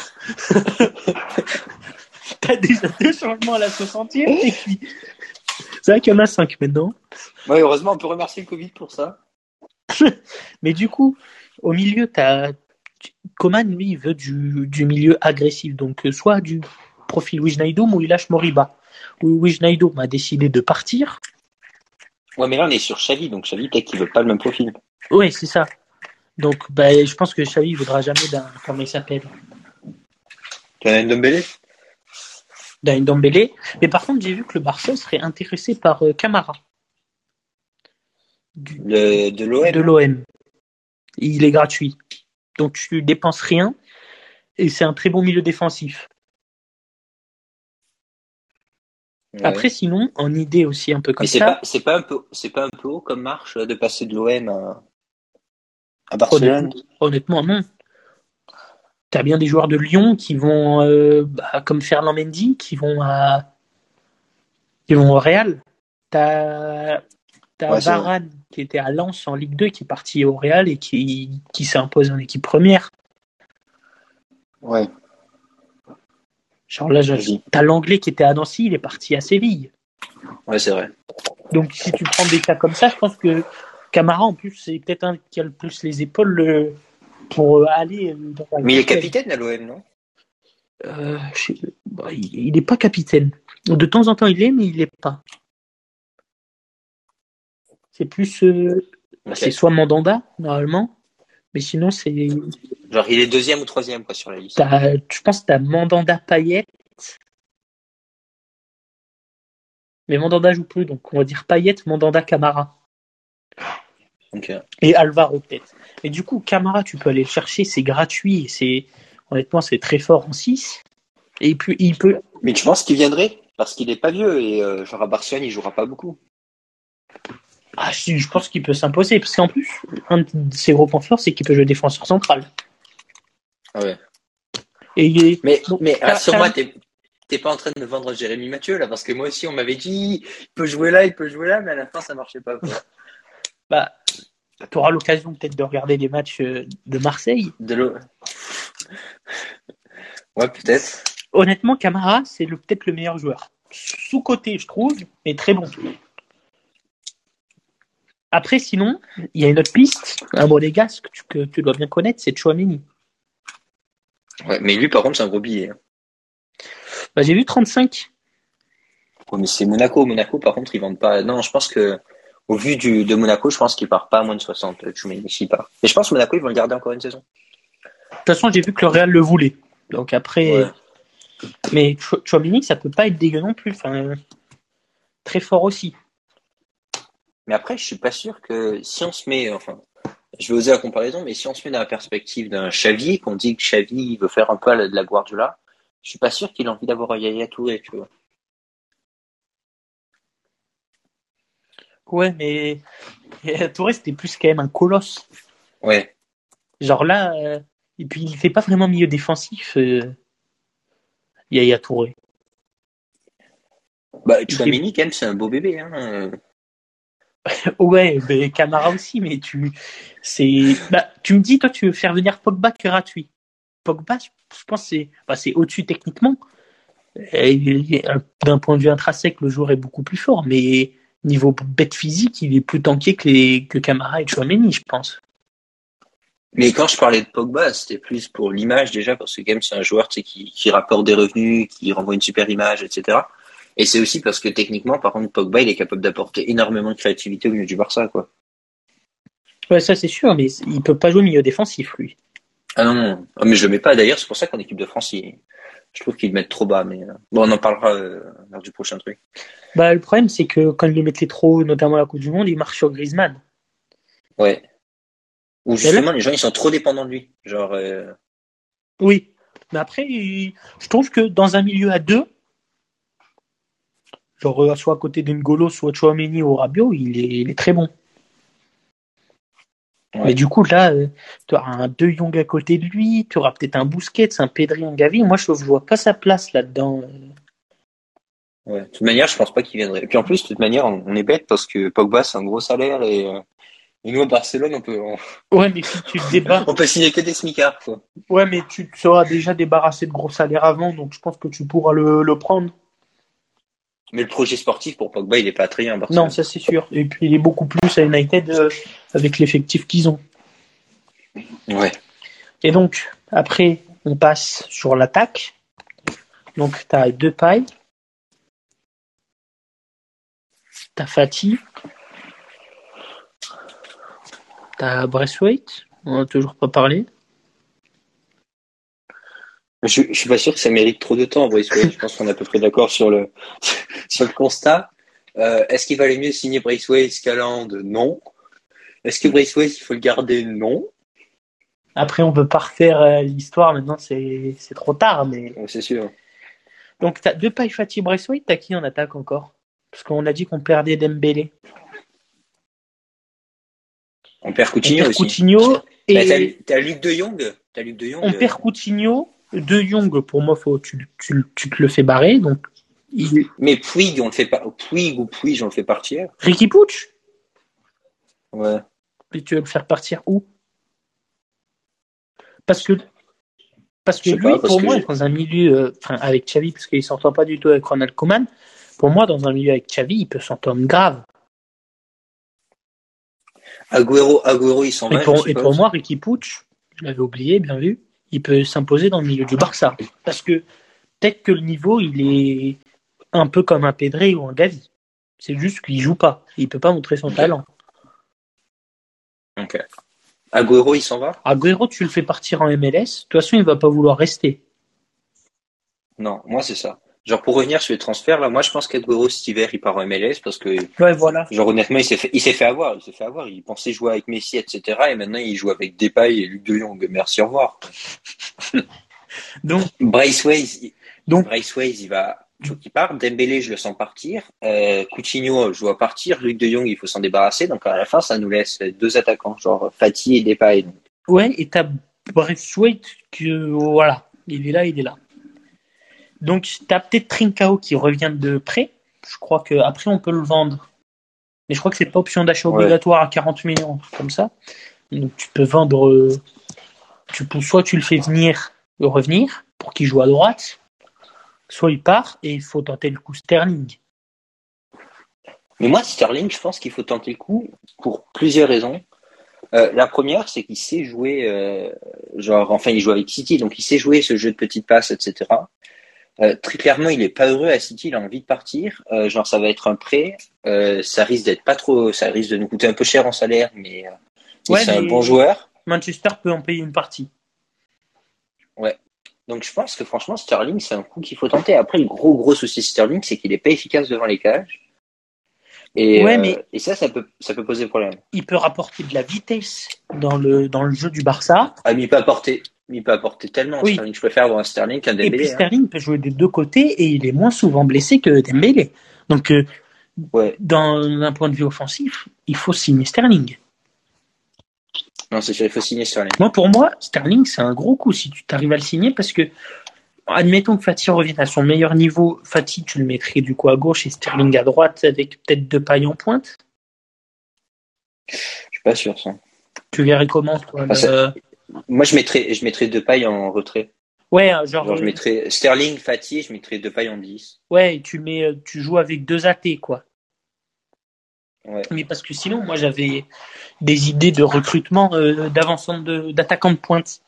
T'as déjà deux changements à la soixantième, t'es cuit. C'est vrai qu'il y en a cinq maintenant.
Ouais, heureusement, on peut remercier le Covid pour ça.
Mais du coup, au milieu, t'as Coman, lui, il veut du, du milieu agressif. Donc, euh, soit du profil Wijnaldum ou il lâche Moriba. Ou Wijnaldum a décidé de partir.
Ouais, mais là, on est sur Xavi, donc Xavi, peut-être qu'il veut pas le même profil.
Ouais, c'est ça. Donc, bah, je pense que Xavi ne voudra jamais d'un, comment il s'appelle,
Tu as Ndombele?
d'un Ndombele. Mais par contre, j'ai vu que le Barça serait intéressé par euh, Camara. Du,
Le, de l'O M.
de l'O M. Il est gratuit. Donc, tu dépenses rien. Et c'est un très bon milieu défensif.
Ouais.
Après, sinon, en idée aussi un peu comme
mais c'est
ça.
pas, c'est pas un peu, c'est pas un peu haut comme marche de passer de l'O M à, à Barcelone.
Honnêtement, honnêtement, non. T'as bien des joueurs de Lyon qui vont, euh, bah, comme Ferland Mendy, qui vont à, qui vont au Real. T'as, t'as
Ouais, c'est vrai.
Varane qui était à Lens en Ligue deux, qui est parti au Real et qui, qui s'est imposé en équipe première.
Ouais.
Genre là, je-
Vas-y.
t'as l'Anglais qui était à Nancy, il est parti à Séville.
Ouais, c'est vrai.
Donc si tu prends des cas comme ça, je pense que Camara, en plus, c'est peut-être un qui a le plus les épaules euh, pour euh, aller euh, dans un
Mais il est
grand club.
capitaine à l'O M, non?
Euh, je sais- bah, il n'est pas capitaine. De temps en temps, il est, mais il n'est pas. C'est plus. euh,
Ok.
C'est soit Mandanda, normalement, mais sinon, c'est.
Genre, il est deuxième ou troisième, quoi, sur la liste.
T'as, je pense que t'as Mandanda Payet. Mais Mandanda joue plus, donc on va dire Payet, Mandanda, Camara.
Ok.
Et Alvaro, peut-être. Et du coup, Camara, tu peux aller le chercher, c'est gratuit. Et c'est, honnêtement, c'est très fort en six. Et puis, il peut.
Mais tu penses qu'il viendrait? Parce qu'il est pas vieux et euh, genre à Barcelone, il jouera pas beaucoup.
Ah, je, je pense qu'il peut s'imposer. Parce qu'en plus, un de ses gros points forts, c'est qu'il peut jouer défenseur central.
Ah ouais.
Et il est.
Mais,
Donc,
mais
t'as-
rassure-moi,
t'as-
t'es, t'es pas en train de me vendre Jérémy Mathieu, là, parce que moi aussi, on m'avait dit, il peut jouer là, il peut jouer là, mais à la fin, ça marchait pas, quoi.
bah, tu auras l'occasion peut-être de regarder les matchs euh, de Marseille.
De l'eau. Ouais, peut-être.
Honnêtement, Camara, c'est le, peut-être le meilleur joueur. Sous-côté, je trouve, mais très bon. Après, sinon, il y a une autre piste, un monégasque que tu, que tu dois bien connaître, c'est Chouameni.
Ouais, mais lui, par contre, c'est un gros billet. Hein.
Bah, j'ai vu trente-cinq.
Ouais, mais c'est Monaco. Monaco, par contre, ils vendent pas. Non, je pense que, au vu du, de Monaco, je pense qu'il part pas à moins de soixante. Tchouaméni, s'il part. Et je pense que Monaco, ils vont le garder encore une saison.
De toute façon, j'ai vu que le Real le voulait. Donc après,
Ouais.
mais Chou- Chouameni, ça peut pas être dégueu non plus. Enfin, très fort aussi.
Mais après, je suis pas sûr que si on se met, enfin, je vais oser la comparaison, mais si on se met dans la perspective d'un Xavi, qu'on dit que Xavi il veut faire un peu de la Guardiola, je suis pas sûr qu'il a envie d'avoir un Yaya Touré, tu vois.
Ouais, mais Touré, c'était plus quand même un colosse.
Ouais.
Genre là, euh, et puis il fait pas vraiment milieu défensif, euh, Yaya Touré.
Bah,
Il fait...
Tchouaméni, quand même, c'est un beau bébé, hein.
Ouais, mais Camara aussi, mais tu, c'est, bah, tu me dis, toi, tu veux faire venir Pogba gratuit. Pogba, je pense, que c'est, bah, c'est au-dessus techniquement. Et d'un point de vue intrinsèque, le joueur est beaucoup plus fort, mais niveau bête physique, il est plus tanké que les, que Camara et Chouameni, je pense.
Mais quand je parlais de Pogba, c'était plus pour l'image déjà, parce que quand même, c'est un joueur, tu sais, qui, qui rapporte des revenus, qui renvoie une super image, et cetera. Et c'est aussi parce que techniquement, par contre, Pogba, il est capable d'apporter énormément de créativité au milieu du Barça, quoi.
Ouais, ça c'est sûr, mais il peut pas jouer milieu défensif, lui.
Ah non, non. Ah, mais je le mets pas. D'ailleurs, c'est pour ça qu'en équipe de France, il... je trouve qu'ils le mettent trop bas. Mais euh, bon, on en parlera euh, lors du prochain truc.
Bah, le problème, c'est que quand ils le mettaient trop haut, notamment à la Coupe du Monde, il marche sur Griezmann.
Ouais. Ou
Et là,
justement, les gens, ils sont trop dépendants de lui. Genre, euh...
oui. Mais après, il- je trouve que dans un milieu à deux, genre euh, soit à côté d'Engolo, soit Chouameni ou Rabiot, il est, il est très bon.
ouais.
Mais du coup, là, euh, tu auras un De Jong à côté de lui, tu auras peut-être un Busquets, un Pedri, un Gavi. Moi, je ne vois pas sa place là-dedans.
Ouais. De toute manière, je pense pas qu'il viendrait. Et puis en plus, de toute manière, on, on est bête parce que Pogba, c'est un gros salaire et, euh, et nous, à Barcelone, on peut, on,
Ouais, mais si tu te débats,
on peut signer que des smicards, quoi.
ouais, mais tu te seras déjà débarrassé de gros salaires avant, donc je pense que tu pourras le, le prendre.
Mais le projet sportif pour Pogba, il est pas attrayant à
Non,
Barcelone.
ça c'est sûr. Et puis il est beaucoup plus à United euh, avec l'effectif qu'ils ont.
Ouais.
Et donc, après, on passe sur l'attaque. Donc, tu as Depay, tu as Fati, tu as Braithwaite, on n'a toujours pas parlé.
Je, je suis pas sûr que ça mérite trop de temps, Braithwaite. Je pense qu'on est à peu près d'accord sur le, sur le constat. Euh, est-ce qu'il valait mieux signer Braithwaite qu'Haaland? Non. Est-ce que Braithwaite, il faut le garder? Non.
Après, on peut pas refaire euh, l'histoire, maintenant c'est, c'est trop tard. Mais...
Ouais, c'est sûr.
Donc, tu as Depay, Fati, Braithwaite, tu as qui en attaque encore? Parce qu'on a dit qu'on perdait Dembélé.
On perd
On
Coutinho
perd
aussi.
Coutinho et
Bah, t'as, t'as Luc de Jong. T'as Luc de Jong.
on
euh,
perd Coutinho. De Jong, pour moi, faut, tu, tu, tu te le fais barrer. Donc, il...
Mais Puig, on le fait pas. Puig ou Puig, on le fait partir.
Ricky Puig,
Ouais.
et tu veux le faire partir où? Parce que Parce
Je
que
sais pas,
lui,
parce
pour
que
moi,
j'ai...
dans un milieu, euh, enfin, avec Xavi, parce qu'il s'entend pas du tout avec Ronald Koeman, pour moi, dans un milieu avec Xavi, il peut s'entendre grave.
Agüero, Agüero, il s'en
Et
va, je
pour, et pour
suppose.
moi, Ricky Puig, je l'avais oublié, bien vu, il peut s'imposer dans le milieu du Barça. Parce que peut-être que le niveau, il est un peu comme un Pedri ou un Gavi. C'est juste qu'il joue pas. Il peut pas montrer son
Ok.
talent.
Agüero, il s'en va?
Agüero, tu le fais partir en M L S. De toute façon, il va pas vouloir rester.
Non, moi c'est ça. Genre pour revenir sur les transferts, là, moi je pense qu'Agüero cet hiver il part en M L S parce que
Ouais, voilà.
genre honnêtement il s'est fait, il s'est fait avoir, il s'est fait avoir. Il pensait jouer avec Messi, et cetera. Et maintenant il joue avec Depay et Luc de Jong. Merci, au revoir.
Donc,
Bryce Weiss, il-
donc,
Bryce Weiss, il va, il faut qu'il parte. Dembélé, je le sens partir. Euh, Coutinho, je vois partir. Luc de Jong, il faut s'en débarrasser. Donc à la fin, ça nous laisse deux attaquants, genre Fati et Depay. Donc,
ouais, et t'as Braithwaite que, voilà. Il est là, il est là. Donc, t'as peut-être Trincao qui revient de près. Je crois qu'après, on peut le vendre. Mais je crois que c'est pas option d'achat
ouais.
obligatoire à quarante millions, un truc comme ça. Donc, tu peux vendre. euh, Tu peux, soit tu le fais venir, le revenir, pour qu'il joue à droite, soit il part et il faut tenter le coup Sterling.
Mais moi, Sterling, je pense qu'il faut tenter le coup pour plusieurs raisons. Euh, la première, c'est qu'il sait jouer, euh, genre, enfin, il joue avec City, donc il sait jouer ce jeu de petites passes, et cetera. Euh, très clairement, il est pas heureux à City, il a envie de partir. Euh, genre, ça va être un prêt. Euh, ça risque d'être pas trop, ça risque de nous coûter un peu cher en salaire, mais, euh, mais
Ouais,
c'est un
mais
bon joueur.
Manchester peut en payer une partie.
Ouais. Donc, je pense que franchement, Sterling, c'est un coup qu'il faut tenter. Après, le gros gros souci de Sterling, c'est qu'il est pas efficace devant les cages. Et,
Ouais,
euh,
mais
et ça, ça peut, ça peut poser problème.
il peut rapporter de la vitesse dans le, dans le jeu du Barça.
Ah, mais il peut apporter, il peut apporter tellement
Oui.
Sterling. Je préfère avoir un Sterling qu'un
Et puis
Dembélé, hein.
Sterling peut jouer des deux côtés et il est moins souvent blessé que Dembélé. Donc, euh,
Ouais.
dans un point de vue offensif, il faut signer Sterling.
Non, c'est sûr, il faut signer Sterling.
Moi, pour moi, Sterling, c'est un gros coup si tu t'arrives à le signer parce que, admettons que Fati revienne à son meilleur niveau. Fati, tu le mettrais du coup à gauche et Sterling à droite avec peut-être Depay en pointe.
Je suis pas sûr, ça.
Tu verrais comment, toi,
Enfin, ça-
le...
Moi, je mettrais, je mettrais Depay en retrait.
Ouais, genre,
Genre, je
euh,
mettrais Sterling, Fati, je mettrais Depay en dix.
ouais, tu mets, euh, tu joues avec deux A T, quoi.
Ouais.
Mais parce que sinon, moi, j'avais des idées de recrutement euh, d'avancement de, d'attaquants de pointe.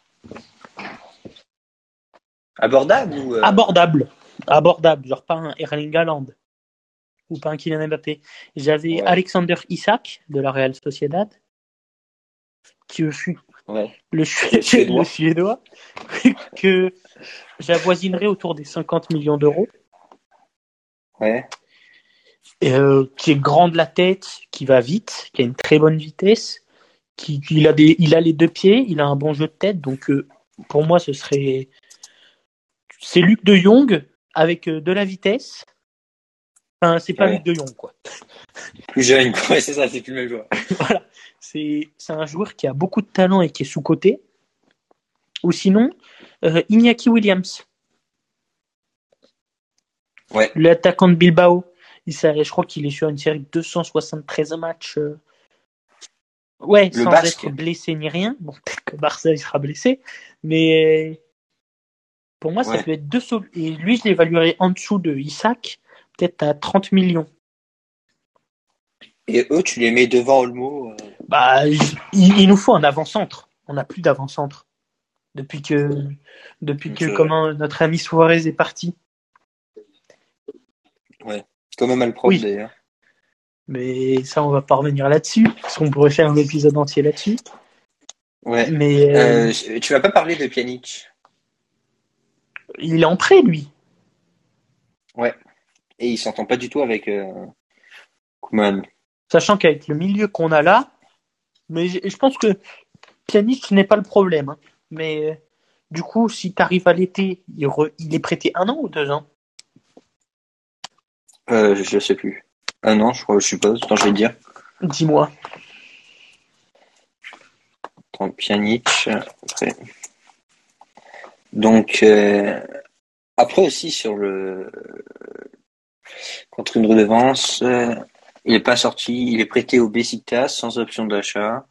Abordable ou euh,
Abordable. Abordable, genre pas un Erling Haaland ou pas un Kylian Mbappé. J'avais
Ouais.
Alexander Isak de la Real Sociedad, qui fut
Ouais.
le,
Le
Sué-
Suédois.
le Suédois, que j'avoisinerais autour des cinquante millions d'euros,
Ouais.
et, euh, qui est grand de la tête, qui va vite, qui a une très bonne vitesse, qui, il, a des, il a les deux pieds, il a un bon jeu de tête, donc euh, pour moi ce serait... C'est Luc de Jong avec euh, de la vitesse. Enfin, c'est pas
Ouais.
Luc de Jong, quoi.
Plus jeune, quoi. Ouais, c'est ça, c'est plus le même joueur.
Voilà. C'est, c'est un joueur qui a beaucoup de talent et qui est sous-coté. Ou sinon, euh, Iñaki Williams,
Ouais.
l'attaquant de Bilbao. Il s'est, je crois qu'il est sur une série de deux cent soixante-treize matchs. euh, Ouais,
Le
sans
Basque.
être blessé ni rien. Bon, peut-être que Barça, il sera blessé. Mais pour moi, ça
Ouais.
peut être deux sol- Et lui, je l'évaluerais en dessous de Isaac, peut-être à trente millions.
Et eux, tu les mets devant Olmo. euh,
Bah, il, il nous faut un avant-centre. On n'a plus d'avant-centre. Depuis que, depuis que
c'est vrai.
comment, notre ami Suarez est parti.
Ouais. Comme un malpropre,
Oui.
d'ailleurs.
Mais ça, on va pas revenir là-dessus, parce qu'on pourrait faire un épisode entier là-dessus.
Ouais.
Mais euh,
Euh, tu vas pas parler de Pjanic.
il est en prêt, lui.
Ouais. Et il s'entend pas du tout avec euh, Koeman.
Sachant qu'avec le milieu qu'on a là, mais je je pense que Pjanic n'est pas le problème. Hein. Mais euh, du coup, si tu arrives à l'été, il, re- il est prêté un an ou deux ans.
Euh, je, je sais plus. Ah non, je crois, je suppose. Attends, je vais te dire.
Dis-moi.
Attends, Pjanic. Après. Donc, euh, après aussi sur le contre une redevance, euh, il est pas sorti. Il est prêté au Besiktas sans option d'achat.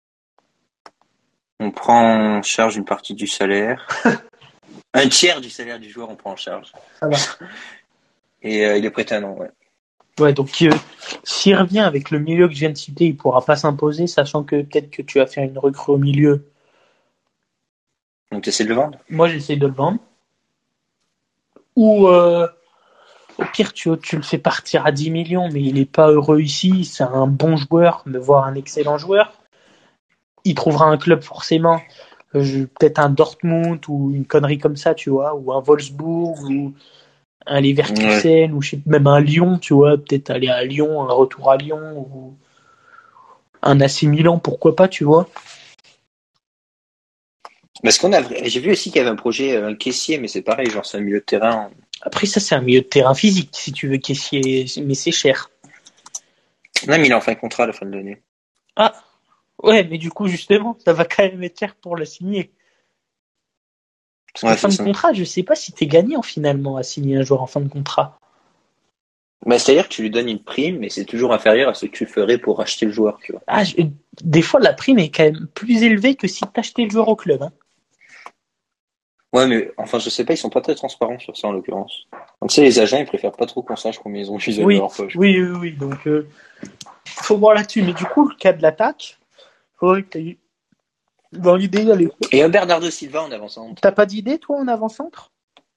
On prend en charge une partie du salaire. Un tiers du salaire du joueur, on prend en charge.
Ça va.
Et euh, il est prêté un an, ouais.
Ouais, donc euh, s'il revient avec le milieu que je viens de citer, il pourra pas s'imposer, sachant que peut-être que tu vas faire une recrue au milieu.
Donc, tu essaies de le vendre?
Moi, j'essaie de le vendre. Ou euh, au pire, tu, tu le fais partir à dix millions, mais il n'est pas heureux ici. C'est un bon joueur, mais voire un excellent joueur. il trouvera un club forcément, euh, je- peut-être un Dortmund ou une connerie comme ça, tu vois, ou un Wolfsburg ou un
Ouais.
Leverkusen ou je sais, même un Lyon, tu vois, peut-être aller à Lyon, un retour à Lyon ou un A C Milan, pourquoi pas, tu vois.
Parce qu'on a, j'ai vu aussi qu'il y avait un projet, euh, un caissier, mais c'est pareil, genre c'est un milieu de terrain.
Après ça, c'est un milieu de terrain physique, si tu veux caissier, mais c'est cher.
Non, mais il a enfin un contrat à la fin de l'année.
Ah, ouais, mais du coup, justement, ça va quand même être cher pour le signer. Parce qu'en
Ouais,
fin
c'est
de
ça.
contrat, je sais pas si t'es gagnant finalement à signer un joueur en fin de contrat.
Bah, c'est-à-dire que tu lui donnes une prime, mais c'est toujours inférieur à ce que tu ferais pour acheter le joueur, tu vois.
Ah, je- des fois, la prime est quand même plus élevée que si t'achetais le joueur au club. Hein.
Ouais, mais enfin, je sais pas, ils sont pas très transparents sur ça en l'occurrence. Donc, tu sais, les agents, ils préfèrent pas trop qu'on sache combien ils ont utilisé dans
Oui,
leur poche.
oui, oui, oui. Donc, euh, faut voir là-dessus. Mais du coup, le cas de l'attaque, faudrait que t'aies- dans l'idée, allez.
Et un Bernardo Silva en avant-centre.
T'as pas d'idée, toi, en avant-centre?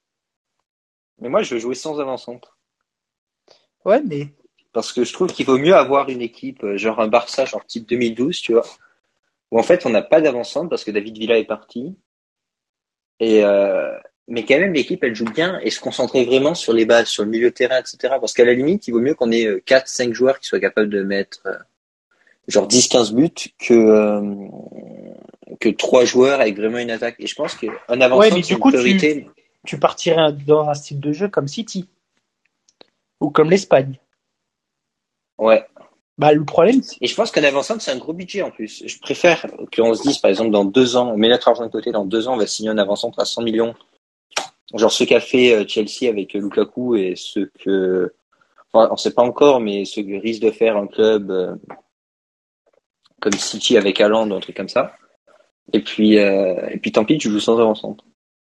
Mais moi, je veux jouer sans avant-centre.
Ouais, mais
Parce que je trouve qu'il vaut mieux avoir une équipe, euh, genre un Barça, genre type deux mille douze, tu vois. Où en fait, on n'a pas d'avant-centre parce que David Villa est parti. Et, euh, mais quand même, l'équipe, elle joue bien et se concentrer vraiment sur les bases, sur le milieu de terrain, et cetera. Parce qu'à la limite, il vaut mieux qu'on ait euh, quatre, cinq joueurs qui soient capables de mettre euh, genre dix, quinze buts que, euh, que trois joueurs avec vraiment une attaque. Et je pense qu'un
ouais, mais
avant-centre, c'est
du
une
coup, tu
priorité.
tu partirais dans un style de jeu comme City ou comme l'Espagne.
Ouais.
Bah, le problème, c'est
Et je pense qu'un avant-centre, c'est un gros budget en plus. Je préfère qu'on se dise, par exemple, dans deux ans, on met notre argent de côté, dans deux ans, on va signer un avant-centre à cent millions. Genre ce qu'a fait euh, Chelsea avec euh, Lukaku et ce que, enfin, on sait pas encore, mais ce que risque de faire un club euh, comme City avec Haaland ou un truc comme ça. Et puis, euh, et puis tant pis, tu joues sans avant-centre.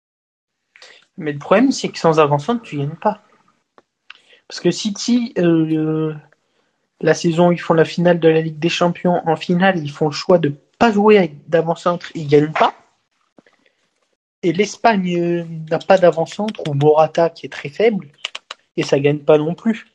mais le problème, c'est que sans avant-centre, tu gagnes pas. Parce que City, euh, la saison où ils font la finale de la Ligue des Champions, en finale, ils font le choix de pas jouer avec d'avant-centre, ils gagnent pas. Et l'Espagne euh, n'a pas d'avant-centre, ou Morata qui est très faible, et ça gagne pas non plus.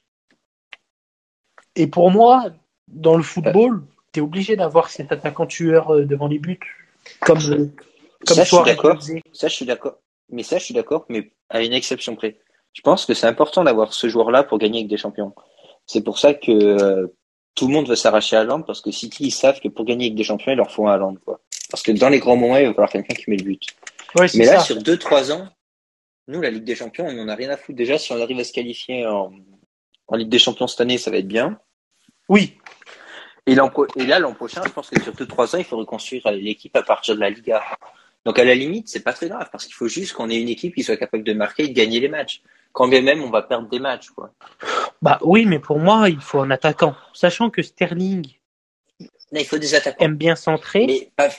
Et pour moi, dans le
Euh,
football, t'es obligé d'avoir cet attaquant tueur euh, devant les buts, comme, euh, comme
ça, je suis
Suarez le
d'accord.
faisait.
Ça, je suis d'accord. Mais ça, je suis d'accord, mais à une exception près. Je pense que c'est important d'avoir ce joueur-là pour gagner avec des champions. C'est pour ça que euh, tout le monde veut s'arracher à Haaland parce que City, ils savent que pour gagner avec des champions, il leur faut un Haaland, quoi. Parce que dans les grands moments, il va falloir quelqu'un qui met le but.
Ouais, c'est
Mais là,
ça.
sur deux, trois ans, nous, la Ligue des Champions, on n'en a rien à foutre. Déjà, si on arrive à se qualifier en, en Ligue des Champions cette année, ça va être bien.
Oui.
Et, l'an pro- et là, l'an prochain, je pense que sur deux, trois ans, il faut reconstruire l'équipe à partir de la Liga. Donc, à la limite, c'est pas très grave parce qu'il faut juste qu'on ait une équipe qui soit capable de marquer et de gagner les matchs. Quand bien même, on va perdre des matchs, quoi.
Bah oui, mais pour moi, il faut un attaquant. Sachant que Sterling
Là, il faut des attaquants.
aime bien centrer.
Mais pas,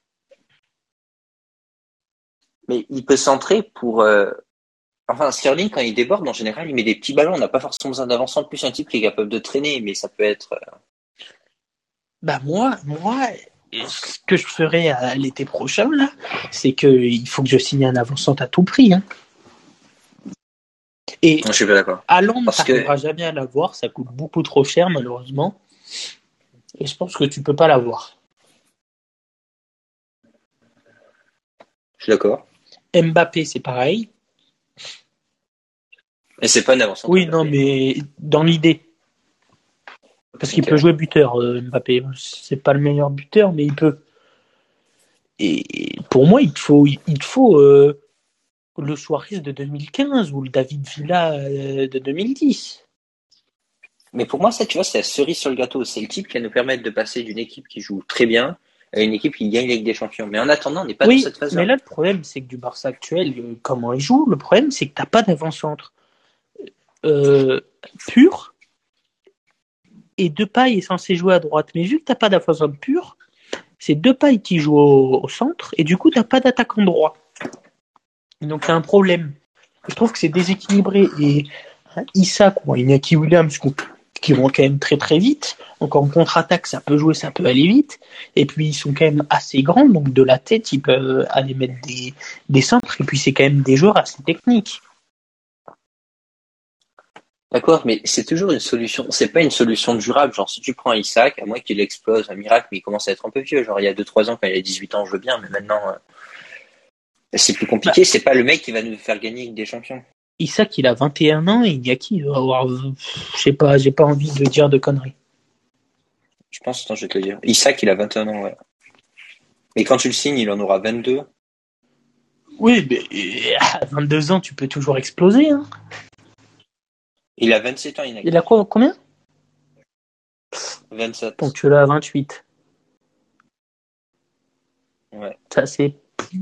mais il peut centrer pour, euh, enfin, Sterling, quand il déborde, en général, il met des petits ballons. On n'a pas forcément besoin d'avançant, plus un type qui est capable de traîner, mais ça peut être, euh,
Bah moi, moi, ce que je ferai à l'été prochain, là, c'est que il faut que je signe un avant-centre à tout prix. Hein. Et
je suis pas d'accord.
Haaland,
Parce que,
t'arriveras jamais à l'avoir, ça coûte beaucoup trop cher, malheureusement. Et je pense que tu peux pas l'avoir.
je suis d'accord.
Mbappé, c'est pareil.
Et c'est pas un avançant.
Oui, non, mais dans l'idée. Parce qu'il
Ok.
peut jouer buteur, euh, Mbappé. C'est pas le meilleur buteur, mais il peut. Et pour moi, il te faut, il te faut euh, le Suarez de deux mille quinze ou le David Villa euh, de deux mille dix.
Mais pour moi, ça, tu vois, c'est la cerise sur le gâteau. C'est le type qui va nous permettre de passer d'une équipe qui joue très bien à une équipe qui gagne la Ligue des Champions. Mais en attendant, on n'est pas dans
Oui,
cette
mais
phase-là.
là, le problème, c'est que du Barça actuel, euh, comment il joue, le problème, c'est que t'as pas d'avant-centre euh, pur. Et Depay est censé jouer à droite. Mais vu que t'as pas d'avant-centre pur, c'est Depay qui joue au, au centre. Et du coup, t'as pas d'attaquant droit. Donc, t'as un problème. Je trouve que c'est déséquilibré. Et hein, Isaac ou Iñaki Williams, qui vont quand même très très vite. Donc en contre-attaque, ça peut jouer, ça peut aller vite. Et puis ils sont quand même assez grands, donc de la tête, ils peuvent aller mettre des, des centres. Et puis c'est quand même des joueurs assez techniques.
D'accord, mais c'est toujours une solution. C'est pas une solution durable. Genre, si tu prends Isaac, à moins qu'il explose un miracle, mais il commence à être un peu vieux. Genre, il y a deux trois ans, quand il a dix-huit ans, je veux bien, mais maintenant, euh, c'est plus
Bah,
compliqué. C'est pas le mec qui va nous faire gagner des champions.
Isaac, il a vingt et un ans et Iñaki, il doit avoir, euh, je sais pas, j'ai pas envie de dire de conneries.
Je pense, attends, je vais te le dire. Isaac, il a vingt et un ans, ouais. Mais quand tu le signes, il en aura vingt-deux.
Oui, mais euh, à vingt-deux ans, tu peux toujours exploser. Hein.
Il a vingt-sept ans, Inaki.
Il a quoi, combien
vingt-sept.
Donc tu l'as à vingt-huit.
Ouais.
Ça, c'est.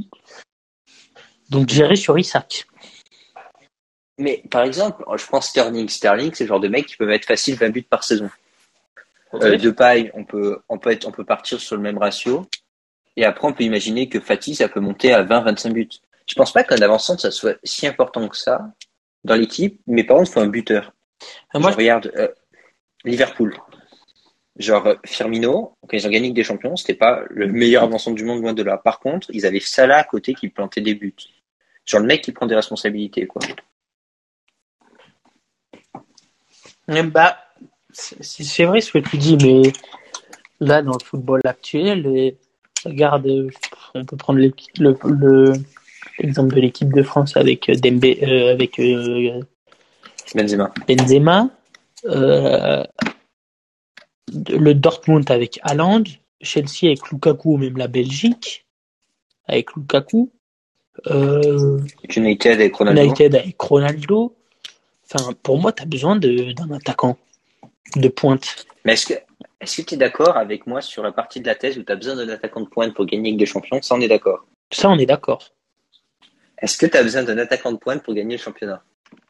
Donc j'irai sur Isaac.
Mais par exemple, je pense Sterling. Sterling, c'est le genre de mec qui peut mettre facile vingt buts par saison.
Okay.
Euh, de paille, on peut, on peut être, on peut partir sur le même ratio. Et après, on peut imaginer que Fati, ça peut monter à vingt vingt-cinq buts. Je pense pas qu'un avançant, ça soit si important que ça dans l'équipe. Mais par contre, il faut un buteur.
Euh,
moi, je regarde euh, Liverpool. Genre Firmino, quand ils ont gagné Ligue des Champions, c'était pas le meilleur avançant du monde, loin de là. Par contre, ils avaient Salah à côté qui plantait des buts. Genre le mec qui prend des responsabilités, quoi.
Bah, c'est, c'est vrai ce que tu dis, mais là, dans le football actuel, et, regarde, on peut prendre le, le, l'exemple de l'équipe de France avec Dembé, euh, avec euh,
Benzema.
Benzema, euh, le Dortmund avec Haaland, Chelsea avec Lukaku, même la Belgique avec Lukaku, euh,
United avec Ronaldo.
United avec Ronaldo. Enfin, pour moi, tu as besoin de, d'un attaquant de pointe.
Mais est-ce que est-ce que tu es d'accord avec moi sur la partie de la thèse où tu as besoin d'un attaquant de pointe pour gagner Ligue des Champions? Ça, on est d'accord.
Ça, on est d'accord.
Est-ce que tu as besoin d'un attaquant de pointe pour gagner le championnat?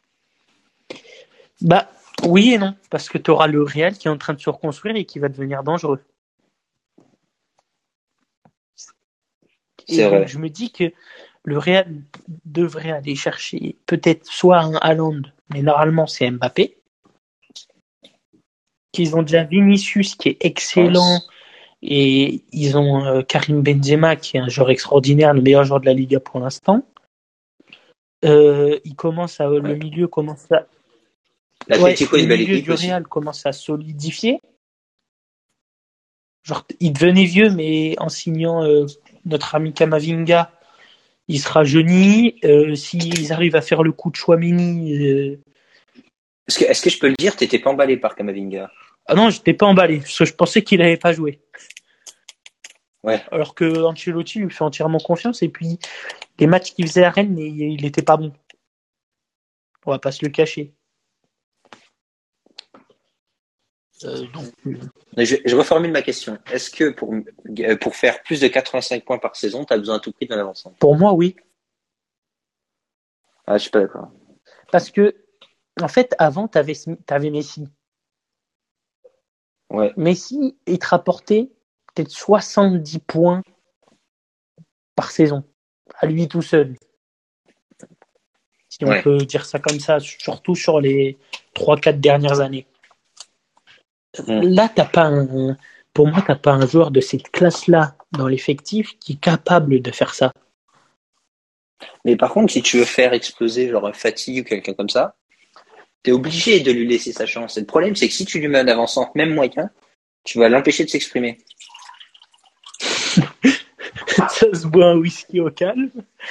Bah, oui et non. Parce que tu auras le Real qui est en train de se reconstruire et qui va devenir dangereux. Et
C'est
donc,
vrai.
je me dis que le Real devrait aller chercher peut-être soit un Haaland, mais normalement, c'est Mbappé. Qu'ils ont déjà Vinicius qui est excellent. Et ils ont euh, Karim Benzema qui est un joueur extraordinaire, le meilleur joueur de la Liga pour l'instant. Euh, il commence à, ouais. Le milieu commence à.
L'Atlético
ouais,
est une belle
le milieu
équipe
du
aussi.
Real commence à solidifier. Genre, il devenait vieux, mais en signant euh, notre ami Camavinga, il se rajeunit. Euh, s'ils arrivent à faire le coup de Chouameni. Euh...
Est-ce que, est-ce que je peux le dire, t'étais pas emballé par Camavinga?
Ah non, j'étais pas emballé, parce que je pensais qu'il n'avait pas joué.
Ouais.
Alors que Ancelotti lui fait entièrement confiance, et puis les matchs qu'il faisait à Rennes, il n'était pas bon. On va pas se le cacher. Euh, donc...
je, je reformule ma question. Est-ce que pour, pour faire plus de quatre-vingt-cinq points par saison, tu as besoin à tout prix d'un avançant?
Pour moi, oui.
Ah, je suis pas d'accord.
Parce que, en fait, avant, tu avais Messi.
Ouais.
Messi, il te rapportait peut-être soixante-dix points par saison, à lui tout seul. Si on ouais. peut dire ça comme ça, surtout sur les trois quatre dernières années. Mmh. Là, t'as pas un, pour moi, tu n'as pas un joueur de cette classe-là dans l'effectif qui est capable de faire ça.
Mais par contre, si tu veux faire exploser genre un Fati ou quelqu'un comme ça, tu es obligé de lui laisser sa chance. Et le problème, c'est que si tu lui mets un avançant, même moyen, tu vas l'empêcher de s'exprimer.
Ça se boit un whisky au calme.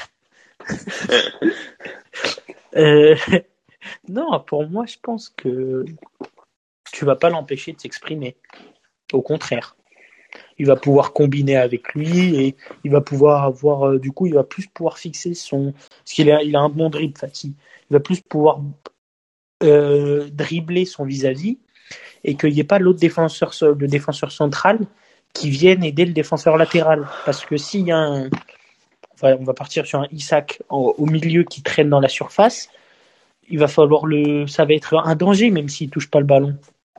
euh, non, pour moi, je pense que tu vas pas l'empêcher de s'exprimer. Au contraire. Il va pouvoir combiner avec lui et il va pouvoir avoir, euh, du coup, il va plus pouvoir fixer son, parce qu'il a, il a un bon dribble, Fati. Il va plus pouvoir euh, dribbler son vis-à-vis et qu'il n'y ait pas l'autre défenseur, le défenseur central qui vienne aider le défenseur latéral. Parce que s'il y a un, enfin, on va partir sur un Isaac en, au milieu qui traîne dans la surface, il va falloir le, ça va être un danger même s'il touche pas le ballon.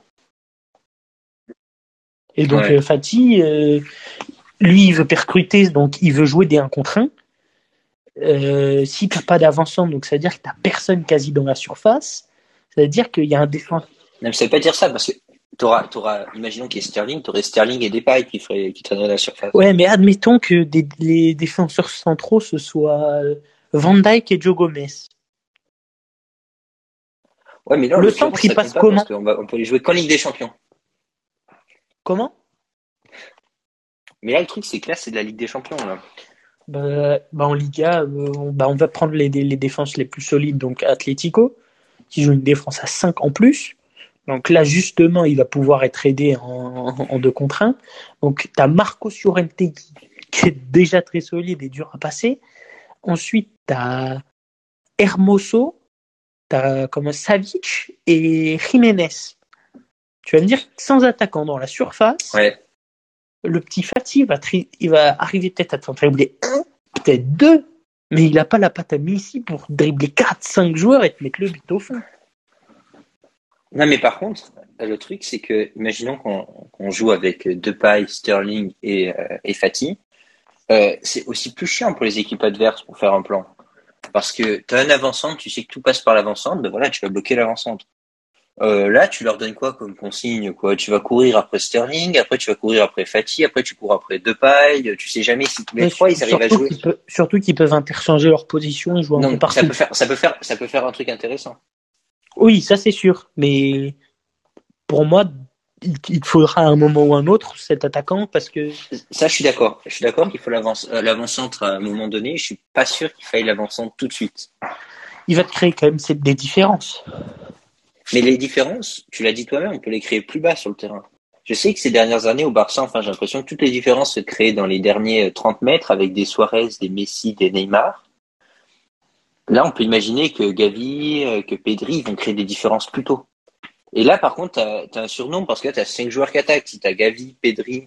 Et donc ouais. euh, Fati, euh, lui, il veut percuter, donc il veut jouer des un contre un. Euh, si tu n'as pas d'avancement, donc ça veut dire que tu n'as personne quasi dans la surface, ça veut dire qu'il y a un défenseur.
Non, ça veut pas dire ça, parce que t'auras, t'auras, imaginons qu'il y ait Sterling, tu aurais Sterling et Depay qui, ferait, qui traîneraient la surface.
Ouais, mais admettons que des, les défenseurs centraux, ce soit Van Dijk et Joe Gomez.
Ouais, mais là, en
Le
l'occurrence,
centre, il
ça compte
passe
pas parce
comment?
qu'on va, on peut les jouer qu'en Ligue des Champions.
Comment?
Mais là, le truc, c'est que là, c'est de la Ligue des Champions, là.
Bah, bah, en Liga, euh, on, bah, on va prendre les, les défenses les plus solides, donc Atlético, qui joue une défense à cinq en plus. Donc là, justement, il va pouvoir être aidé en, en deux contre un. Donc, tu as Marco Llorente qui, qui est déjà très solide et dur à passer. Ensuite, tu as Hermoso, tu as comme Savic et Jiménez. Tu vas me dire, sans attaquant dans la surface,
Ouais.
le petit Fati va, tri- il va arriver peut-être à t'en dribbler un, peut-être deux, mais il n'a pas la patte à Messi pour dribbler quatre, cinq joueurs et te mettre le but au fond.
Non, mais par contre, le truc, c'est que, imaginons qu'on qu'on joue avec Depay, Sterling et, euh, et Fati, euh, c'est aussi plus chiant pour les équipes adverses pour faire un plan. Parce que tu as un avant-centre, tu sais que tout passe par l'avant-centre, ben voilà, tu vas bloquer l'avant-centre. Euh, là, tu leur donnes quoi comme consigne, quoi? Tu vas courir après Sterling, après tu vas courir après Fati, après tu cours après Depay, tu sais jamais si tous les
Mais
trois ils arrivent à
surtout
jouer.
qu'ils peuvent, surtout qu'ils peuvent interchanger leur position et jouer un peu
Non, ça
partout.
peut faire, ça peut faire, ça peut faire un truc intéressant.
Oui, ça c'est sûr, mais pour moi, il, il faudra à un moment ou un autre cet attaquant parce que
Ça, je suis d'accord. Je suis d'accord qu'il faut l'avant, euh, l'avant-centre à un moment donné. Je suis pas sûr qu'il faille l'avant-centre tout de suite.
il va te créer quand même des différences.
Mais les différences, tu l'as dit toi-même, on peut les créer plus bas sur le terrain. Je sais que ces dernières années au Barça, enfin, j'ai l'impression que toutes les différences se créent dans les derniers trente mètres avec des Suarez, des Messi, des Neymar. Là, on peut imaginer que Gavi, euh, que Pedri vont créer des différences plus tôt. Et là, par contre, t'as, t'as un surnom parce que là, t'as cinq joueurs qui attaquent. Si t'as Gavi, Pedri,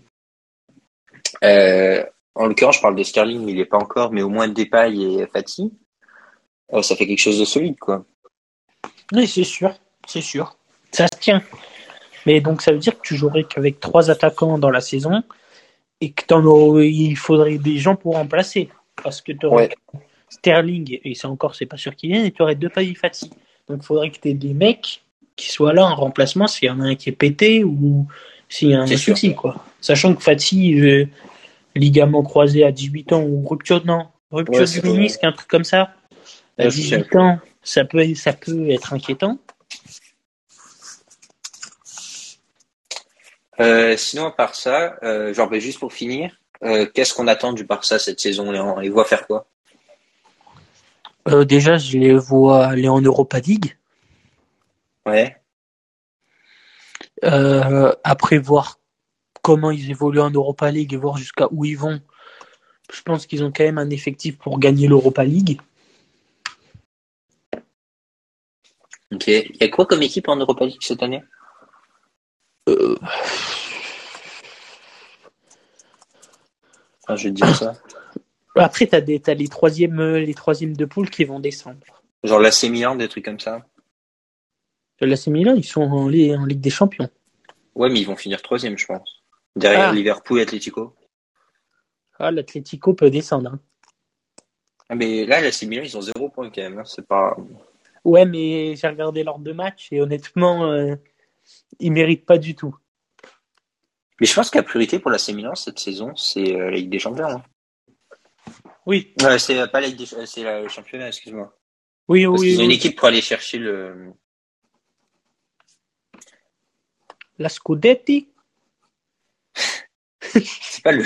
euh, en l'occurrence, je parle de Sterling, mais il est pas encore, mais au moins Depay et Fati, euh, ça fait quelque chose de solide, quoi.
Oui, c'est sûr, c'est sûr. Ça se tient. Mais donc ça veut dire que tu jouerais qu'avec trois attaquants dans la saison et que t'en aurais, il faudrait des gens pour remplacer. Parce que tu aurais
Ouais,
Sterling, et c'est encore, c'est pas sûr qu'il vienne, et tu aurais deux Depay et Fati. Donc il faudrait que tu aies des mecs qui soient là en remplacement s'il y en a un qui est pété ou s'il y a
c'est
un
sûr.
souci, quoi. Sachant que Fati, euh, ligament croisé à dix-huit ans ou rupture, non,
Ouais,
rupture du
c'est,
ménisque, un truc comme ça, à
ouais, je sais
dix-huit
plus.
ans, ça peut, ça peut être inquiétant.
Euh, sinon, à part ça, euh, genre, ben, juste pour finir, euh, qu'est-ce qu'on attend du Barça cette saison, Léon? Il voit faire quoi?
Euh, déjà, je les vois aller en Europa League.
Ouais.
Euh, après, voir comment ils évoluent en Europa League et voir jusqu'à où ils vont. Je pense qu'ils ont quand même un effectif pour gagner l'Europa League.
Ok. Il y a quoi comme équipe en Europa League cette année?
Euh,
Enfin, je vais te dire ça.
Après, tu as, as les troisièmes les troisièmes de poule qui vont descendre.
Genre l'A C Milan, des trucs comme ça.
L'A C Milan, ils sont en, en Ligue des Champions.
Ouais, mais ils vont finir troisième, je pense. Derrière
Ah,
Liverpool et Atlético.
ah l'Atlético peut descendre. Hein.
Ah, mais là, l'A C Milan, ils ont zéro point quand même. Hein. C'est pas.
Ouais, mais j'ai regardé leurs deux matchs et honnêtement, euh, ils méritent pas du tout.
Mais je pense que la priorité pour l'A C Milan cette saison, c'est euh, la Ligue des Champions. Hein.
Oui,
Euh, c'est euh, pas la Ligue des, euh, c'est la- le championnat, excuse-moi.
oui,
Parce
oui,
qu'ils ont une
oui.
équipe pour aller chercher le.
La Scudetti.
C'est pas le.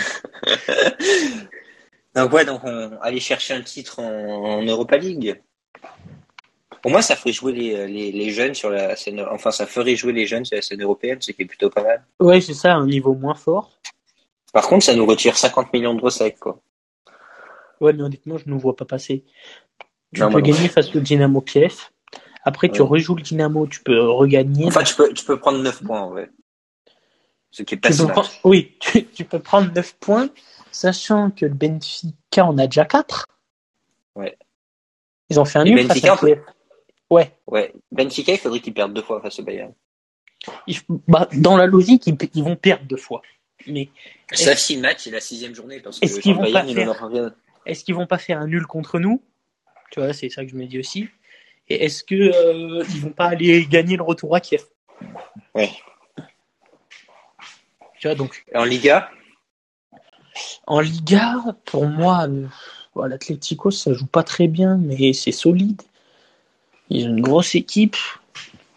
Donc ouais, donc on aller chercher un titre en, en Europa League. Pour moi, ça ferait jouer les, les, les jeunes sur la scène. Enfin, ça ferait jouer les jeunes sur la scène européenne, ce qui est plutôt pas mal.
Ouais, c'est ça, un niveau moins fort.
Par contre, ça nous retire cinquante millions d'euros sec, quoi.
Ouais, mais honnêtement, je ne vois pas passer. Tu
Non, moi
peux
non
gagner
plus.
face au Dynamo Kiev. Après, tu
Ouais.
rejoues le Dynamo, tu peux regagner.
Enfin, tu peux, tu peux prendre neuf points, en vrai. Ce qui est pas
Tu
si
peux
mal.
prendre, oui, tu, tu peux prendre neuf points, sachant que le Benfica en a déjà quatre.
Ouais.
Ils ont fait un
Et
nul face à
Benfica, on peut...
Kiev. Ouais.
Ouais. Benfica, il faudrait qu'ils perdent deux fois face au Bayern.
Ils- bah, dans la logique, ils, ils vont perdre deux fois. Mais
Sauf
est-ce,
si le match est la sixième journée, parce
est-ce
que
qu'ils
genre le
vont pas
Bayern, il en
faire,
aura rien.
est-ce qu'ils vont pas faire un nul contre nous? Tu vois, c'est ça que je me dis aussi. Et est-ce que euh, ils vont pas aller gagner le retour à Kiev?
Ouais.
Tu vois, donc
Et en Liga,
en Liga, pour moi, euh, voilà, l'Atlético, ça joue pas très bien, mais c'est solide. Ils ont une grosse équipe.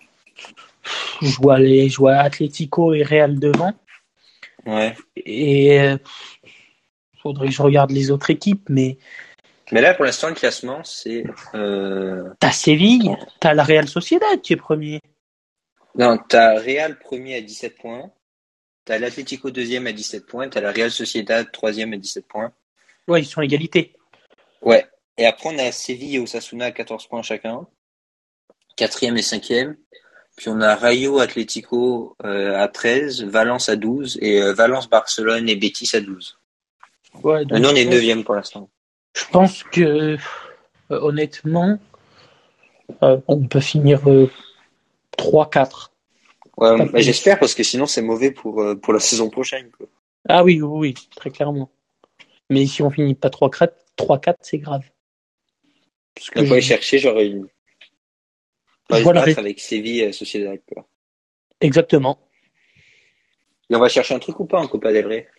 je vois les, je vois Atlético et Real devant.
Ouais.
Et euh, faudrait que je regarde les autres équipes, mais
Mais là, pour l'instant, le classement, c'est... Euh...
t'as Séville, t'as la Real Sociedad qui est premier.
Non, t'as Real premier à dix-sept points, t'as l'Atlético deuxième à dix-sept points, t'as la Real Sociedad troisième à dix-sept points.
Ouais, ils sont à égalité.
Ouais. Et après, on a Séville et Osasuna à quatorze points chacun, quatrième et cinquième. Puis on a Rayo Atlético euh, à treize, Valence à douze et euh, Valence, Barcelone et Betis à douze.
Ouais, donc
Nous, on est
je,
neuvième pour l'instant.
je pense que euh, honnêtement, euh, on peut finir euh, trois quatre.
Ouais,
Pas
bah,
plus.
j'espère parce que sinon c'est mauvais pour, euh, pour la saison prochaine, quoi.
Ah oui, oui, oui, très clairement. Mais si on finit pas trois quatre, trois quatre, c'est grave. Parce que
Donc, on va
je,
aller chercher, genre, une... on
je
va se
vois le
battre
ré-
avec Séville et Sociedad, quoi.
exactement.
Et on va chercher un truc ou pas en Copa del Rey?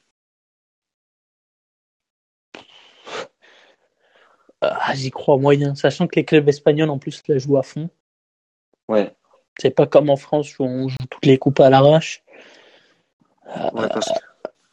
Ah, j'y crois moyen, sachant que les clubs espagnols en plus la jouent à fond.
Ouais.
C'est pas comme en France où on joue toutes les coupes à l'arrache.
Ouais, parce que...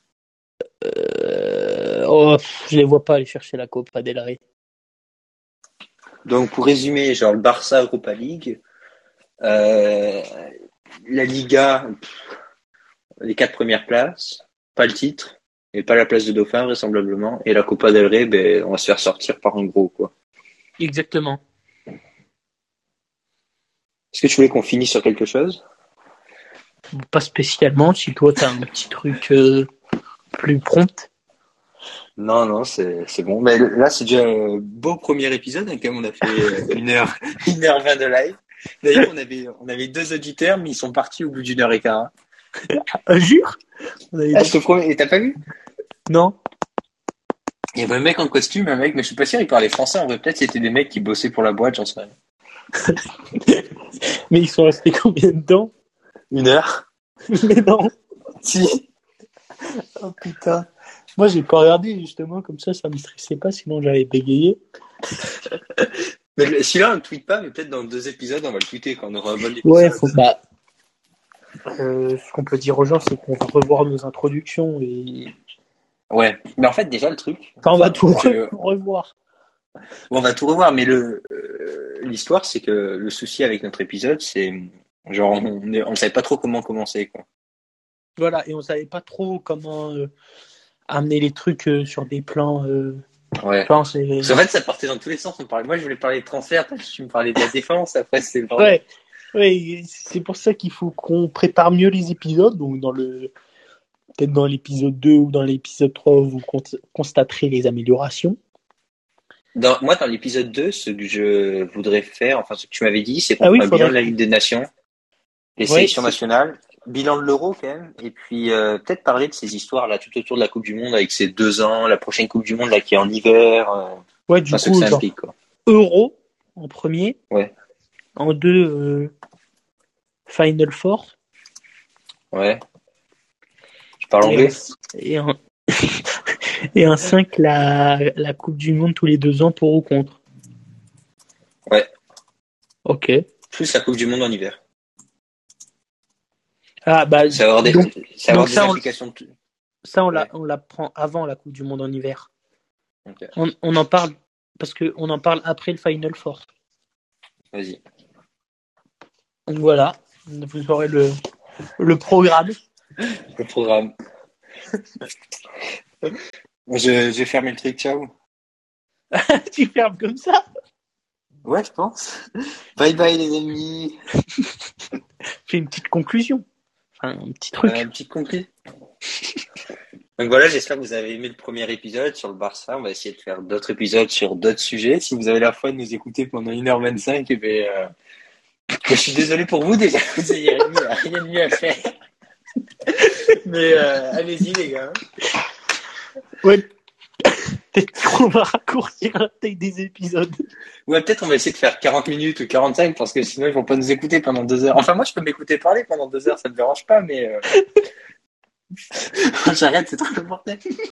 Euh, oh, pff, je les vois pas aller chercher la Copa del Rey.
Donc, pour résumer, genre, le Barça Europa League, euh, la Liga, pff, les quatre premières places, pas le titre, et pas la place de Dauphin, vraisemblablement, et la Copa del Rey, ben, on va se faire sortir par un gros, quoi.
Exactement.
Est-ce que tu voulais qu'on finisse sur quelque chose?
Pas spécialement. Si toi t'as un petit truc euh, plus prompt.
Non, non, c'est, c'est bon. Mais là, c'est déjà un beau premier épisode, hein, quand même. On a fait euh, une heure, une heure vingt de live. D'ailleurs, on avait, on avait deux auditeurs, mais ils sont partis au bout d'une heure et quart. Hein.
Ah, jure? On avait
Ah,
dit-
je te promets, et t'as pas vu?
Non.
Il y avait un mec en costume, un mec, mais je suis pas sûr, il parlait français. En vrai, peut-être c'était des mecs qui bossaient pour la boîte, j'en sais rien.
Mais ils sont restés combien de temps?
Une heure?
Mais non.
Si.
Oh putain. Moi j'ai pas regardé justement comme ça, ça me stressait pas, sinon j'avais bégayé.
Mais le- celui-là, on le tweet pas, mais peut-être dans deux épisodes, on va le tweeter quand on aura un bon épisode.
Ouais, faut bah. Euh, ce qu'on peut dire aux gens, c'est qu'on va revoir nos introductions et.
Ouais. Mais en fait, déjà, le truc.
Enfin, on va tout
que-
re- revoir.
Bon, on va tout revoir, mais le euh, l'histoire, c'est que le souci avec notre épisode, c'est genre on est- on savait pas trop comment commencer, quoi.
Voilà, et on savait pas trop comment euh, amener les trucs euh, sur des plans. Euh...
Ouais.
Enfin, c'est...
Parce qu'en fait, ça partait dans tous les sens. On parlait, moi, je voulais parler de transfert, après, tu me parlais de la défense, après, c'est le bordel.
Ouais, ouais, c'est pour ça qu'il faut qu'on prépare mieux les épisodes. Donc, dans le peut-être dans l'épisode deux ou dans l'épisode trois, vous con- constaterez les améliorations.
Dans, moi, dans l'épisode deux, ce que je voudrais faire, enfin, ce que tu m'avais dit, c'est qu'on
Ah oui,
fera un
faudrait-
bilan de la Ligue des Nations, les
Ouais,
sélections
c'est-
nationales, bilan de l'Euro, quand même, et puis euh, peut-être parler de ces histoires, là, tout autour de la Coupe du Monde, avec ces deux ans, la prochaine Coupe du Monde, là, qui est en hiver, euh,
Ouais, du
enfin, ce que
coup,
ça
genre,
implique, quoi.
Euro en premier.
Ouais.
En deux, euh, Final Four.
Ouais. Je parle
Et
anglais?
en, et en, et en cinq, la, la Coupe du Monde tous les deux ans pour ou contre.
Ouais.
Ok.
Plus la Coupe du Monde en hiver.
Ah, bah,
Ça va avoir des,
donc,
ça va avoir
donc
des
ça, on-
implications. de-
ça, on, la,
Ouais.
on la prend avant la Coupe du Monde en hiver.
Ok.
On, on en parle parce que on en parle après le Final Four.
Vas-y.
Donc voilà, vous aurez le, le programme.
Le programme. je, je vais fermer le truc, ciao.
Tu fermes comme ça.
Ouais, je pense. Bye bye les amis.
Fais une petite conclusion. Enfin, un petit truc.
Euh, un petit compris. Donc voilà, j'espère que vous avez aimé le premier épisode sur le Barça. On va essayer de faire d'autres épisodes sur d'autres sujets. Si vous avez la foi de nous écouter pendant une heure vingt-cinq, eh ben, euh, je suis désolé pour vous déjà. Vous n'avez rien, rien de mieux à faire. Mais euh, allez-y les gars.
Ouais. Peut-être qu'on va raccourcir la taille des épisodes.
Ouais, peut-être on va essayer de faire quarante minutes ou quarante-cinq parce que sinon ils vont pas nous écouter pendant deux heures. Enfin moi je peux m'écouter parler pendant deux heures, ça me dérange pas, mais euh... j'arrête, c'est trop important.